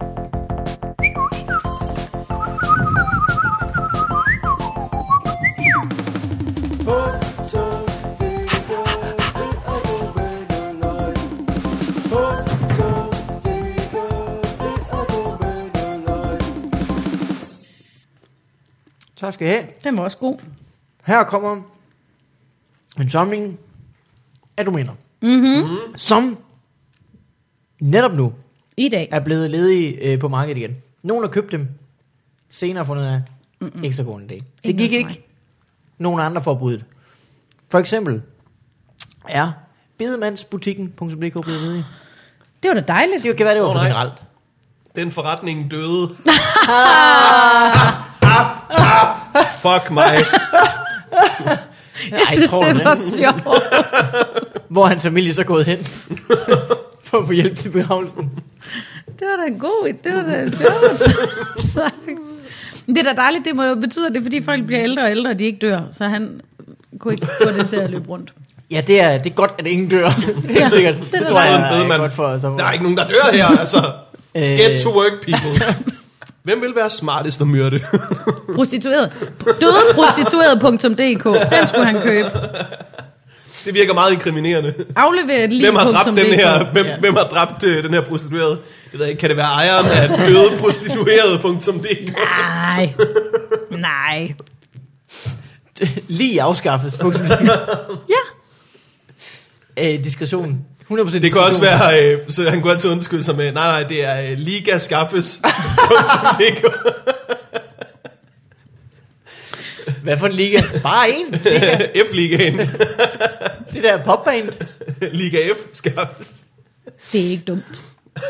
Tak skal I have. Den var også god. Her kommer en samling af domæner, Mm-hmm. som netop nu I dag er blevet ledige øh, på markedet igen. Nogen har købt dem, senere fundet af, Mm-mm. ikke så god en dag. Det gik ikke nogen andre for at bryde det. For eksempel er bedemandsbutikken punktum d k blevet ledig. Det var da dejligt. Det kan være, det var oh, for generelt. Den forretning døde. Fuck mig. Jeg synes, Ej, det var sjovt. Hvor hans familie så gået hen for at få hjælp til begravelsen. Det var da en god, det var da sjovt. Det er da dejligt, det må jo betyde, at det er fordi folk bliver ældre og ældre, og de ikke dør. Så han kunne ikke få det til at løbe rundt. Ja, det er, det er godt, at ingen dør. Helt sikkert. Det, det tror jeg er, er godt for. Så der er ikke nogen, der dør her, altså. Get to work, people. Hvem vil være smartest at myrde? Prostitueret. Dødeprostitueret punktum d k. Den skulle han købe. Det virker meget inkriminerende. Aflever et liv. Hvem har dræbt den her? Hvem, ja. hvem har dræbt uh, den her prostituerede? Det ved jeg ikke. Kan det være ejeren af dødeprostitueret punktum d k? Nej. Nej. Lige afskaffes. Ja. Øh, diskretion. hundrede procent det kan også være, øh, så han kunne altid undskylde sig med, nej, nej, det er øh, liga skaffes. Hvad for en liga? Bare en? F-ligaen. Det der popband. Liga F skaffes. Det er ikke dumt.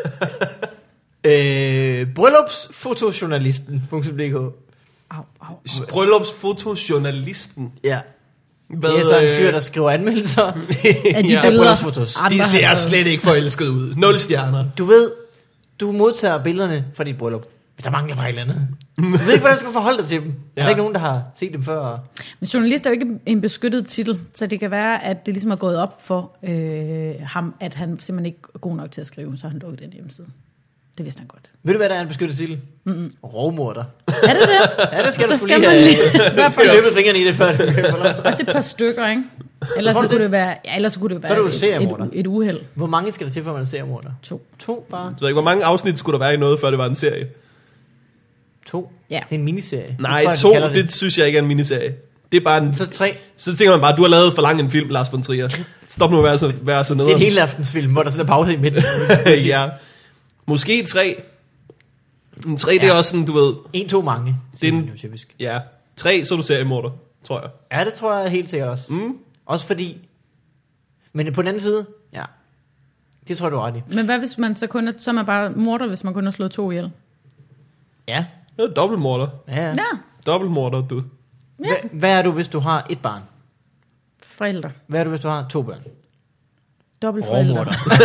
øh, Bryllupsfotojournalisten punktum d k. Au, au. Bryllupsfotojournalisten. Ja. Hvad, det er så en fyr, der skriver anmeldelser af de ja, billeder. De ser slet ikke forelsket ud. Nul stjerner. Du ved, du modtager billederne fra dit bryllup. Men der mangler bare et eller andet. Du ved ikke, hvordan du skal forholde dig til dem. Ja. Er der ikke nogen, der har set dem før? Men journalist er jo ikke en beskyttet titel, så det kan være, at det ligesom er gået op for øh, ham, at han simpelthen ikke er god nok til at skrive, så har han lukket den hjemmeside. Det vidste han godt. Ved du, hvad der er en beskyttet titel? Mm-mm. Rovmorder. Er det det? Ja, det skal der du skal lige have. Du skal løbe fingrene i det før. Også et par stykker, ikke? Ellers så, så kunne det være, ja, ellers så kunne det være så et, et, et uheld. Hvor mange skal der til, for man ser morder? To. To bare? Du ved ikke, hvor mange afsnit skulle der være i noget, før det var en serie? To? Ja. Det er en miniserie. Nej, tror, to, det. det synes jeg ikke er en miniserie. Det er bare en... Så tre? Så tænker man bare, du har lavet for lang en film, Lars von Trier. Stop nu at være så, være så nede. Det er en hele aftensfilm, hvor der sådan er pause i midten. Ja. Måske tre. En tre, ja. Det er også sådan, du ved... En, to, mange. Det er en, typisk. Ja. Tre, så er du seriemorder, tror jeg. Ja, det tror jeg helt sikkert også. Mm. Også fordi... Men på den anden side, ja. Det tror jeg, du er ret i. Men hvad hvis man så kun er, så er man bare morder, hvis man kun har slået to ihjel? Ja. Det er dobbeltmorder. Ja, ja. Ja. Dobbeltmorder, du. Ja. Hva, hvad er du, hvis du har et barn? Forældre. Hvad er du, hvis du har to børn? Dobbeltforældre.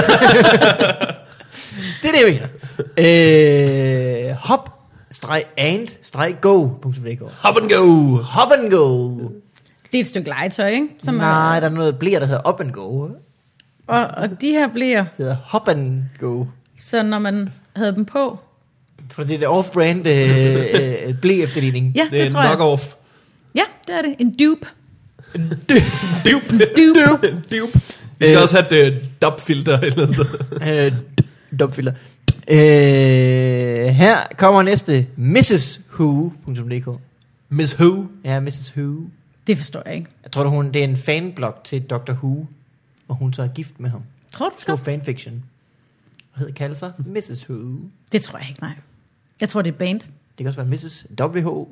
Det er det, jeg mener. Øh, hop, streg, and, streg, go. Hop and go. Hop and go. Det er et stykke legetøj, ikke? Som Nej, er, der er noget blære, der hedder up and go. og, og de her bliver, Det hedder hop and go. så når man havde dem på... For det er det off-brand øh, øh, blæ efterligning. Ja, Det det, er en tror jeg. knock-off. Ja, det er det. En dupe. Dupe. Dupe. Dupe. Vi skal Øh. også have et uh, dub-filter et eller andet sted. Øh, Dopfiller. Øh, her kommer næste. missus Who punktum d k. Miss Who. Ja, missus Who. Det forstår jeg ikke. Jeg tror, det, hun, det er en fanblog til doktor Who, hvor hun så er gift med ham. Tror du Skriver så? fanfiction. Hvad hedder kalder sig? missus Who. Det tror jeg ikke, nej. Jeg tror, det er band. Det kan også være missus W H.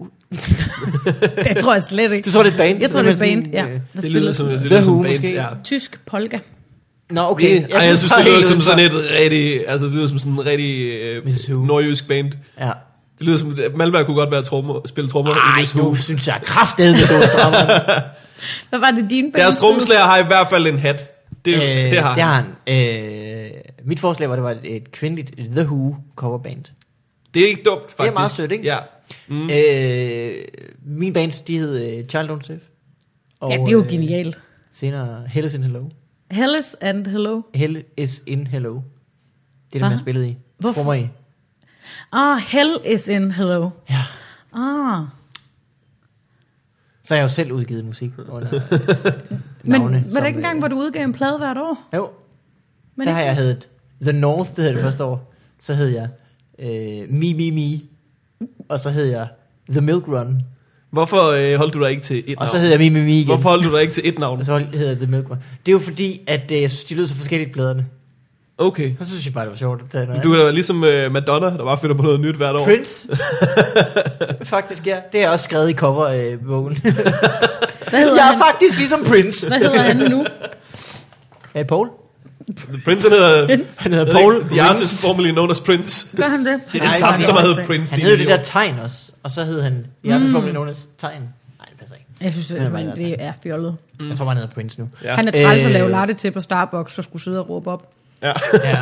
Det tror jeg slet ikke. Du tror, det er band? Jeg tror, det er Sådan, band, ja. øh, Der Det spiller lyder som, sådan det The lyder som Who, band, måske. ja. tysk polka. Nå, okay. Det, ej, jeg synes, var det lyder helt som sådan udenfor. et rigtig, altså det lyder som sådan en rigtig Missus øh, Who. nordjysk band. Ja. Det lyder som, at Malmberg kunne godt være trommer, spille trommer i Ej, Miss Who. nu synes jeg kraftedeme, du er strammer. Hvad var det, din band? Deres trommeslager har i hvert fald en hat. Det, øh, det har det han. har han. Øh, mit forslag var, det var et, et kvindeligt The Who coverband. Det er ikke dumt, faktisk. Det er meget sødt, ikke? Ja. Mm. Øh, min band, de hed uh, Child Don't Save. Og, Ja, det er jo øh, genialt. Senere Hell is in Hello. Hellas and Hello. Hell is in Hello. Det er det, Hva? man spillede i. Hvorfor? Trommer i. Ah, Hell is in Hello. Ja. Ah. Så har jeg jo selv udgivet musik under øh, Men navne. var der ikke som, engang, hvor du udgav en plade hvert år? Jo, Men der har ikke- jeg heddet The North, det hed det første år. Så hed jeg øh, Me, Me, Me. Og så hed jeg The Milk Run. Hvorfor øh, holdt du dig ikke til et navn? Og så hed jeg Me, Me, Me igen. Hvorfor holdt du dig ikke til et navn? Og så hed jeg The Milk Run. Det er jo fordi, at øh, jeg synes, de lød så forskelligt pladerne. Okay. Så synes jeg bare, det var sjovt at tage noget. Du er da ligesom øh, Madonna, der bare finder på noget nyt hvert år. Prince. Faktisk, ja. Det er også skrevet i cover-bogen. Øh, Hvad hedder jeg han? er faktisk ligesom Prince. Hvad hedder han nu? Hey, Paul. Prince, han hedder... Han hedder jeg ved Paul ikke, The Rings. artist formerly known as Prince. Gør han det? Det er Nej, det samme nej, som nej. at hedde Prince. Han de hed det idioter. der tegn også. Og så hed han... Jeg er så formentlig nogen af tegn. Nej, det passer ikke. Jeg synes, Ja, men men altså. det er fjollet. Mm. Jeg tror bare, han hedder Prince nu. Ja. Han er træls at Øh. lave latte til på Starbucks, så skulle sidde og råbe op. Ja. Ja.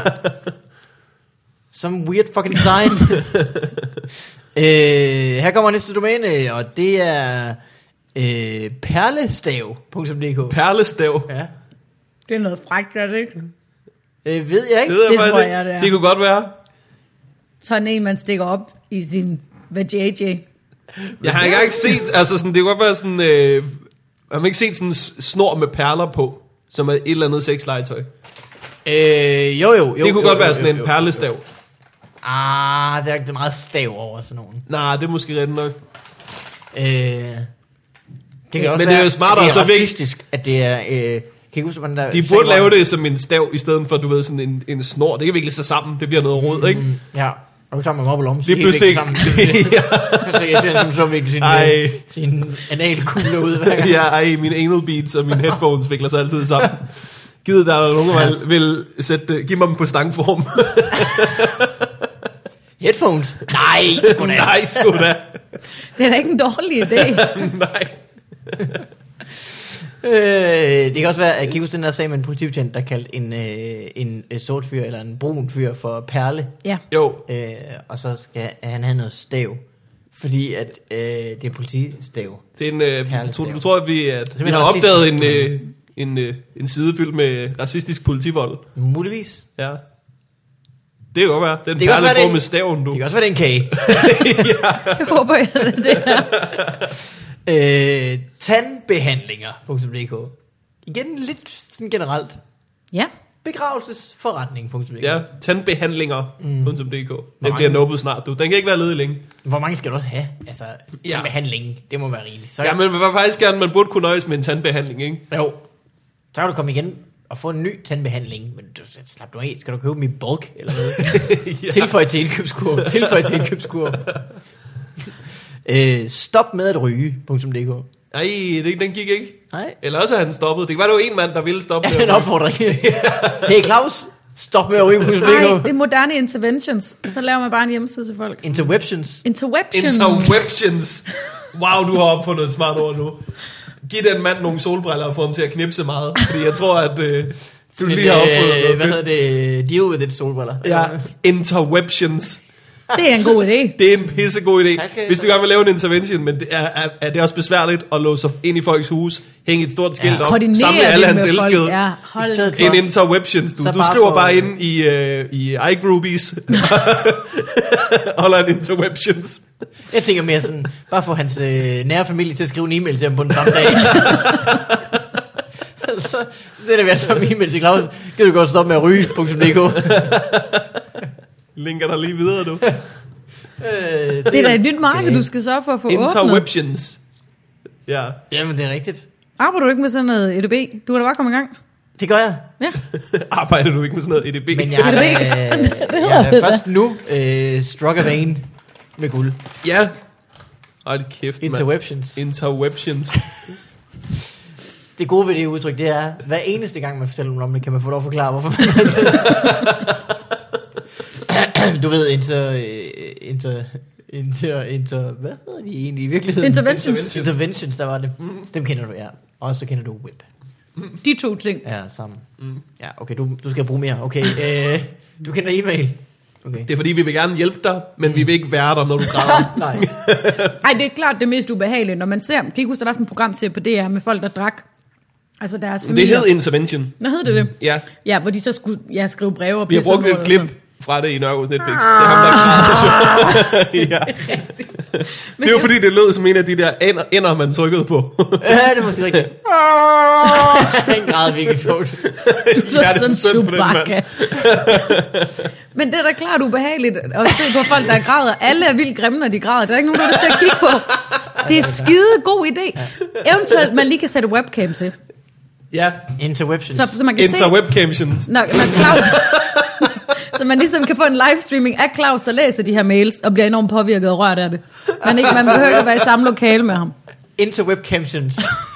Some weird fucking sign. øh, her kommer næste domæne, og det er øh, perlestav punktum d k. Perlestav. Ja. Det er noget frækt, er det ikke? Øh, ved jeg ikke. Det, ved Det faktisk tror ikke. jeg, det er. Det kunne godt være. Sådan en, man stikker op i sin vajayjay. Jeg har ikke engang set, altså sådan, det kunne godt være sådan, øh, har man ikke set sådan en s- snor med perler på, som er et eller andet sexlegetøj? Øh, jo, jo, jo. Det kunne jo, godt jo, være sådan jo, en jo. perlestav. Ah, der er ikke meget stav over sådan nogen. Nej, det er måske rigtigt nok. Øh, det kan også Men det være, er jo smartere, at det er så væk- racistisk, at det er... Øh, kan I huske, hvordan der... De burde lave det som en stav, i stedet for, du ved, sådan en, en snor. Det kan vikle sig sammen, det bliver noget rod, ikke? Mm, ja, og så tager man dem op og lommen. Lige pludselig sammen. ikke. Så jeg siger, som så vikler sin, Ej. øh, sin analkugle ud hver gang. Ja, ej, mine anal beads og mine headphones vikler sig altid sammen. Givet der er nogen, der vil, vil sætte, give mig dem på stangform. Headphones? Nej, sgu da. Nej, sgu da. Det er da ikke en dårlig idé. Nej. Øh, det kan også være, at kan I huske den der sag med en politibetjent, der kaldte en, øh, en øh, sort fyr, eller en brun fyr for perle. Ja. Jo, Øh, og så skal han have noget stav. Fordi at øh, det er politistav. det er en, øh, Perlestav. tror, du tror, at vi, at vi simpelthen har opdaget en, racistisk. øh, en, øh, en side fyldt med racistisk politivold. Muligvis. Ja. Det kan godt være. Den Det kan også være, perleformede det er en- staven, du. Det kan også være, det er en kage. Det håber jeg, det er det her. øh, tandbehandlinger punktum d k. Igen lidt sådan generelt. Ja. Begravelsesforretning punktum d k. Ja, tandbehandlinger punktum d k. Den mange- bliver nubbet snart, du. Den kan ikke være ledig længe. Hvor mange skal du også have? Altså, Ja. tandbehandling, det må være rigeligt. Så, Ja, men man faktisk gerne, man burde kunne nøjes med en tandbehandling, ikke? Jo. Så kan du komme igen og få en ny tandbehandling. Men du, slap du af. Skal du købe dem i bulk eller noget? Ja. Tilføj til indkøbskurv. Tilføj til indkøbskurv. øh, stop med at ryge punktum d k. Ej, det, den gik ikke. Nej. Eller også er han stoppet. Det kan være, det var en mand, der ville stoppe Ja, med at en ryge. opfordring. Hey Claus, stop med at ryge punktum Nej, d k. det er moderne interventions. Så laver man bare en hjemmeside til folk. Interwebtions. Interwebtions. Interwebtions. Wow, du har opfundet et smart ord nu. Giv den mand nogle solbriller og få ham til at knipse meget. Fordi jeg tror, at øh, du lige har opfundet noget. Hvad hedder det? Deal with it solbriller. Ja, interwebtions. Det er en god idé. Det er en pissegod idé. Hvis du gerne vil lave en intervention, men det er, er, er det også besværligt at låse ind i folks hus, hænge et stort skilt ja. op, samle alle hans elskede. Ja, en interwebtions. Du, du skriver bare ind i, uh, i iGroupies, holder en interwebtions. Jeg tænker mere sådan, bare få hans øh, nære familie til at skrive en e-mail til ham på den samme dag. så, så sender vi altså en e-mail til Claus. Kan du godt stoppe med at ryge, punktum d k. Linker der lige videre, du. øh, det, det er da et nyt marked, okay. Du skal sørge for at få åbnet. Interwebtions. Ja. Jamen, det er rigtigt. Arbejder du ikke med sådan noget E D B? Du kan da bare komme i gang. Det gør jeg. Ja. Arbejder du ikke med sådan noget E D B? Men jeg er, da, øh, jeg er først nu øh, struck a vein med guld. Ja. Hold kæft, man. Interwebtions. Interwebtions. Det gode ved det udtryk, det er, hver eneste gang man fortæller dem om det, kan man få lov at forklare, hvorfor man du ved, inter, inter, inter, inter, hvad hedder de egentlig i virkeligheden? Interventions. Interventions, der var det. Mm. Dem kender du, ja. Og så kender du web. De to ting. Ja, sammen. Mm. Ja, okay, du, du skal bruge mere. Okay, øh, du kender e-mail. Okay. Det er fordi, vi vil gerne hjælpe dig, men mm. vi vil ikke være der, når du græder. Nej. Ej, det er klart det mest ubehagelige, når man ser, kan I huske, der var sådan et program til på D R med folk, der drak. Altså deres familier. Det hed Intervention. Nå, hed det det? Ja. Ja, hvor de så skulle ja, skrive breve og vi har brugt et klip fra det i Nørgaards Netflix. Det er ham, der græder. Ja. Det er jo fordi, det lød som en af de der ender, ender man trykkede på. Ja, det er måske rigtigt. Den græd virkelig sjovt. Du lyder sådan Chewbacca. Men det er da klart ubehageligt at se på folk, der græder. Alle er vildt grimme, når de græder. Der er ikke nogen, der har lyst til at kigge på. Det er skide god idé. Eventuelt, man lige kan sætte webcam til. Ja. Interwebtions. Så, så man kan Interwebcamtions. Nå, når Claus... Så man ligesom kan få en livestreaming af Claus, der læser de her mails, og bliver enormt påvirket og rørt af det. Men ikke, man behøver ikke at være i samme lokale med ham. Interwebcamtions.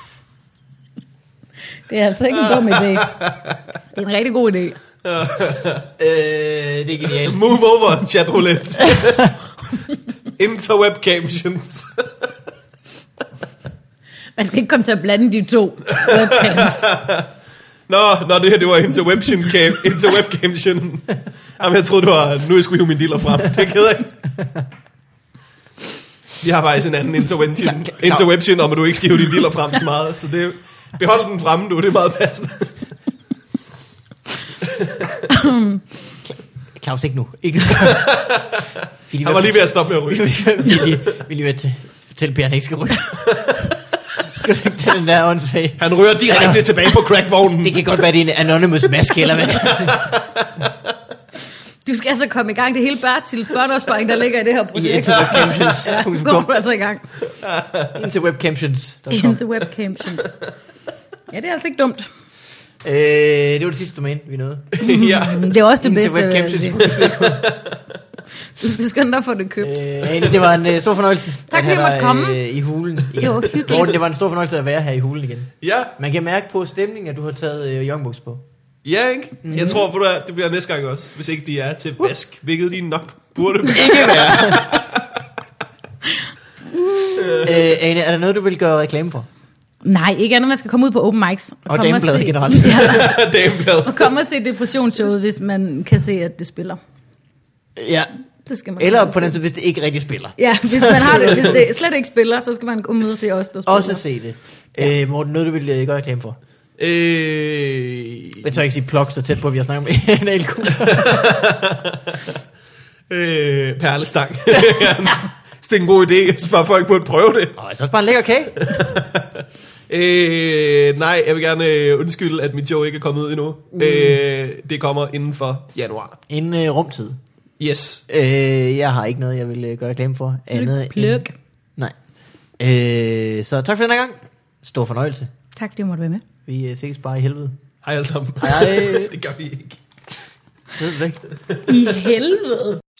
Det er altså ikke en dum idé. Det er en rigtig god idé. øh, det er genialt. Move over, chatroulette. Interwebcamtions. Man skal ikke komme til at blande de to webcams. Nå, nå, det her, det var interwebtion cam, interwebcamtion. Jamen, jeg troede, det var, nu jeg skulle hive min dealer frem. Det er ked af. Vi har faktisk en anden intervention, interwebtion om, at du ikke skal hive din dealer frem så meget. Så det, behold den fremme, du. Det er meget passende. Claus, ikke nu. Ikke nu. Han var lige ved at stoppe med at ryge. Vi er lige ved at fortælle Per, at han ikke skal ryge. Skal du ikke tage den der åndssvag? Han rører direkte Anno- tilbage på crackvognen. Det kan godt være, det er en anonymous maske, eller hvad? Du skal altså komme i gang. Det er hele Bertils børneopsparing, der ligger i det her projekt. I interwebcamtions. Ja, nu kommer du altså i gang. Interwebcamtions. Interwebcamtions. Ja, det er altså ikke dumt. Øh, det var det sidste domæne, vi nåede. Ja. Det er også det bedste, vil jeg sige. Du skal skynde dig for det købt. Øh, det var en uh, stor fornøjelse. Tak fordi I måtte komme. Uh, i hulen igen. Det var hyggeligt. Morten, det var en stor fornøjelse at være her i hulen igen. Ja. Man kan mærke på stemningen, at du har taget uh, Young Books på. Ja, ikke? Mm-hmm. Jeg tror, det bliver næste gang også, hvis ikke de er til vask, hvilket de nok burde ikke være. øh, Ane, er der noget, du vil gøre reklame for? Nej, ikke andet, man skal komme ud på open mics. Og, og damebladet generelt. Ja. Damebladet. Og komme og se depressionsshowet, hvis man kan se, at det spiller. Ja. Det skal man eller på den så hvis det ikke rigtig spiller. Ja, hvis man har det, hvis det slet ikke spiller, så skal man komme ud og se os, der spiller. Også se det. Ja. Øh, Morten, noget du vil uh, gøre reklame for? Øh... Jeg tør ikke sige plug så tæt på, at vi har snakket med en elkugle. øh, perlestang. Det er en god idé. Jeg synes bare, folk burde prøve det. Åh, så er det bare en lækker kage. øh, nej, jeg vil gerne undskylde, at mit show ikke er kommet ud endnu. Mm. Øh, det kommer inden for januar. Inden uh, rumtid. Yes. Øh, jeg har ikke noget, jeg vil uh, gøre reklame for. Andet pluk. End... Nej. Øh, så tak for den her gang. Stor fornøjelse. Tak, det måtte være med. Vi uh, ses bare i helvede. Hej alle sammen. Hej. Det gør vi ikke. Ved du det ikke? I helvede.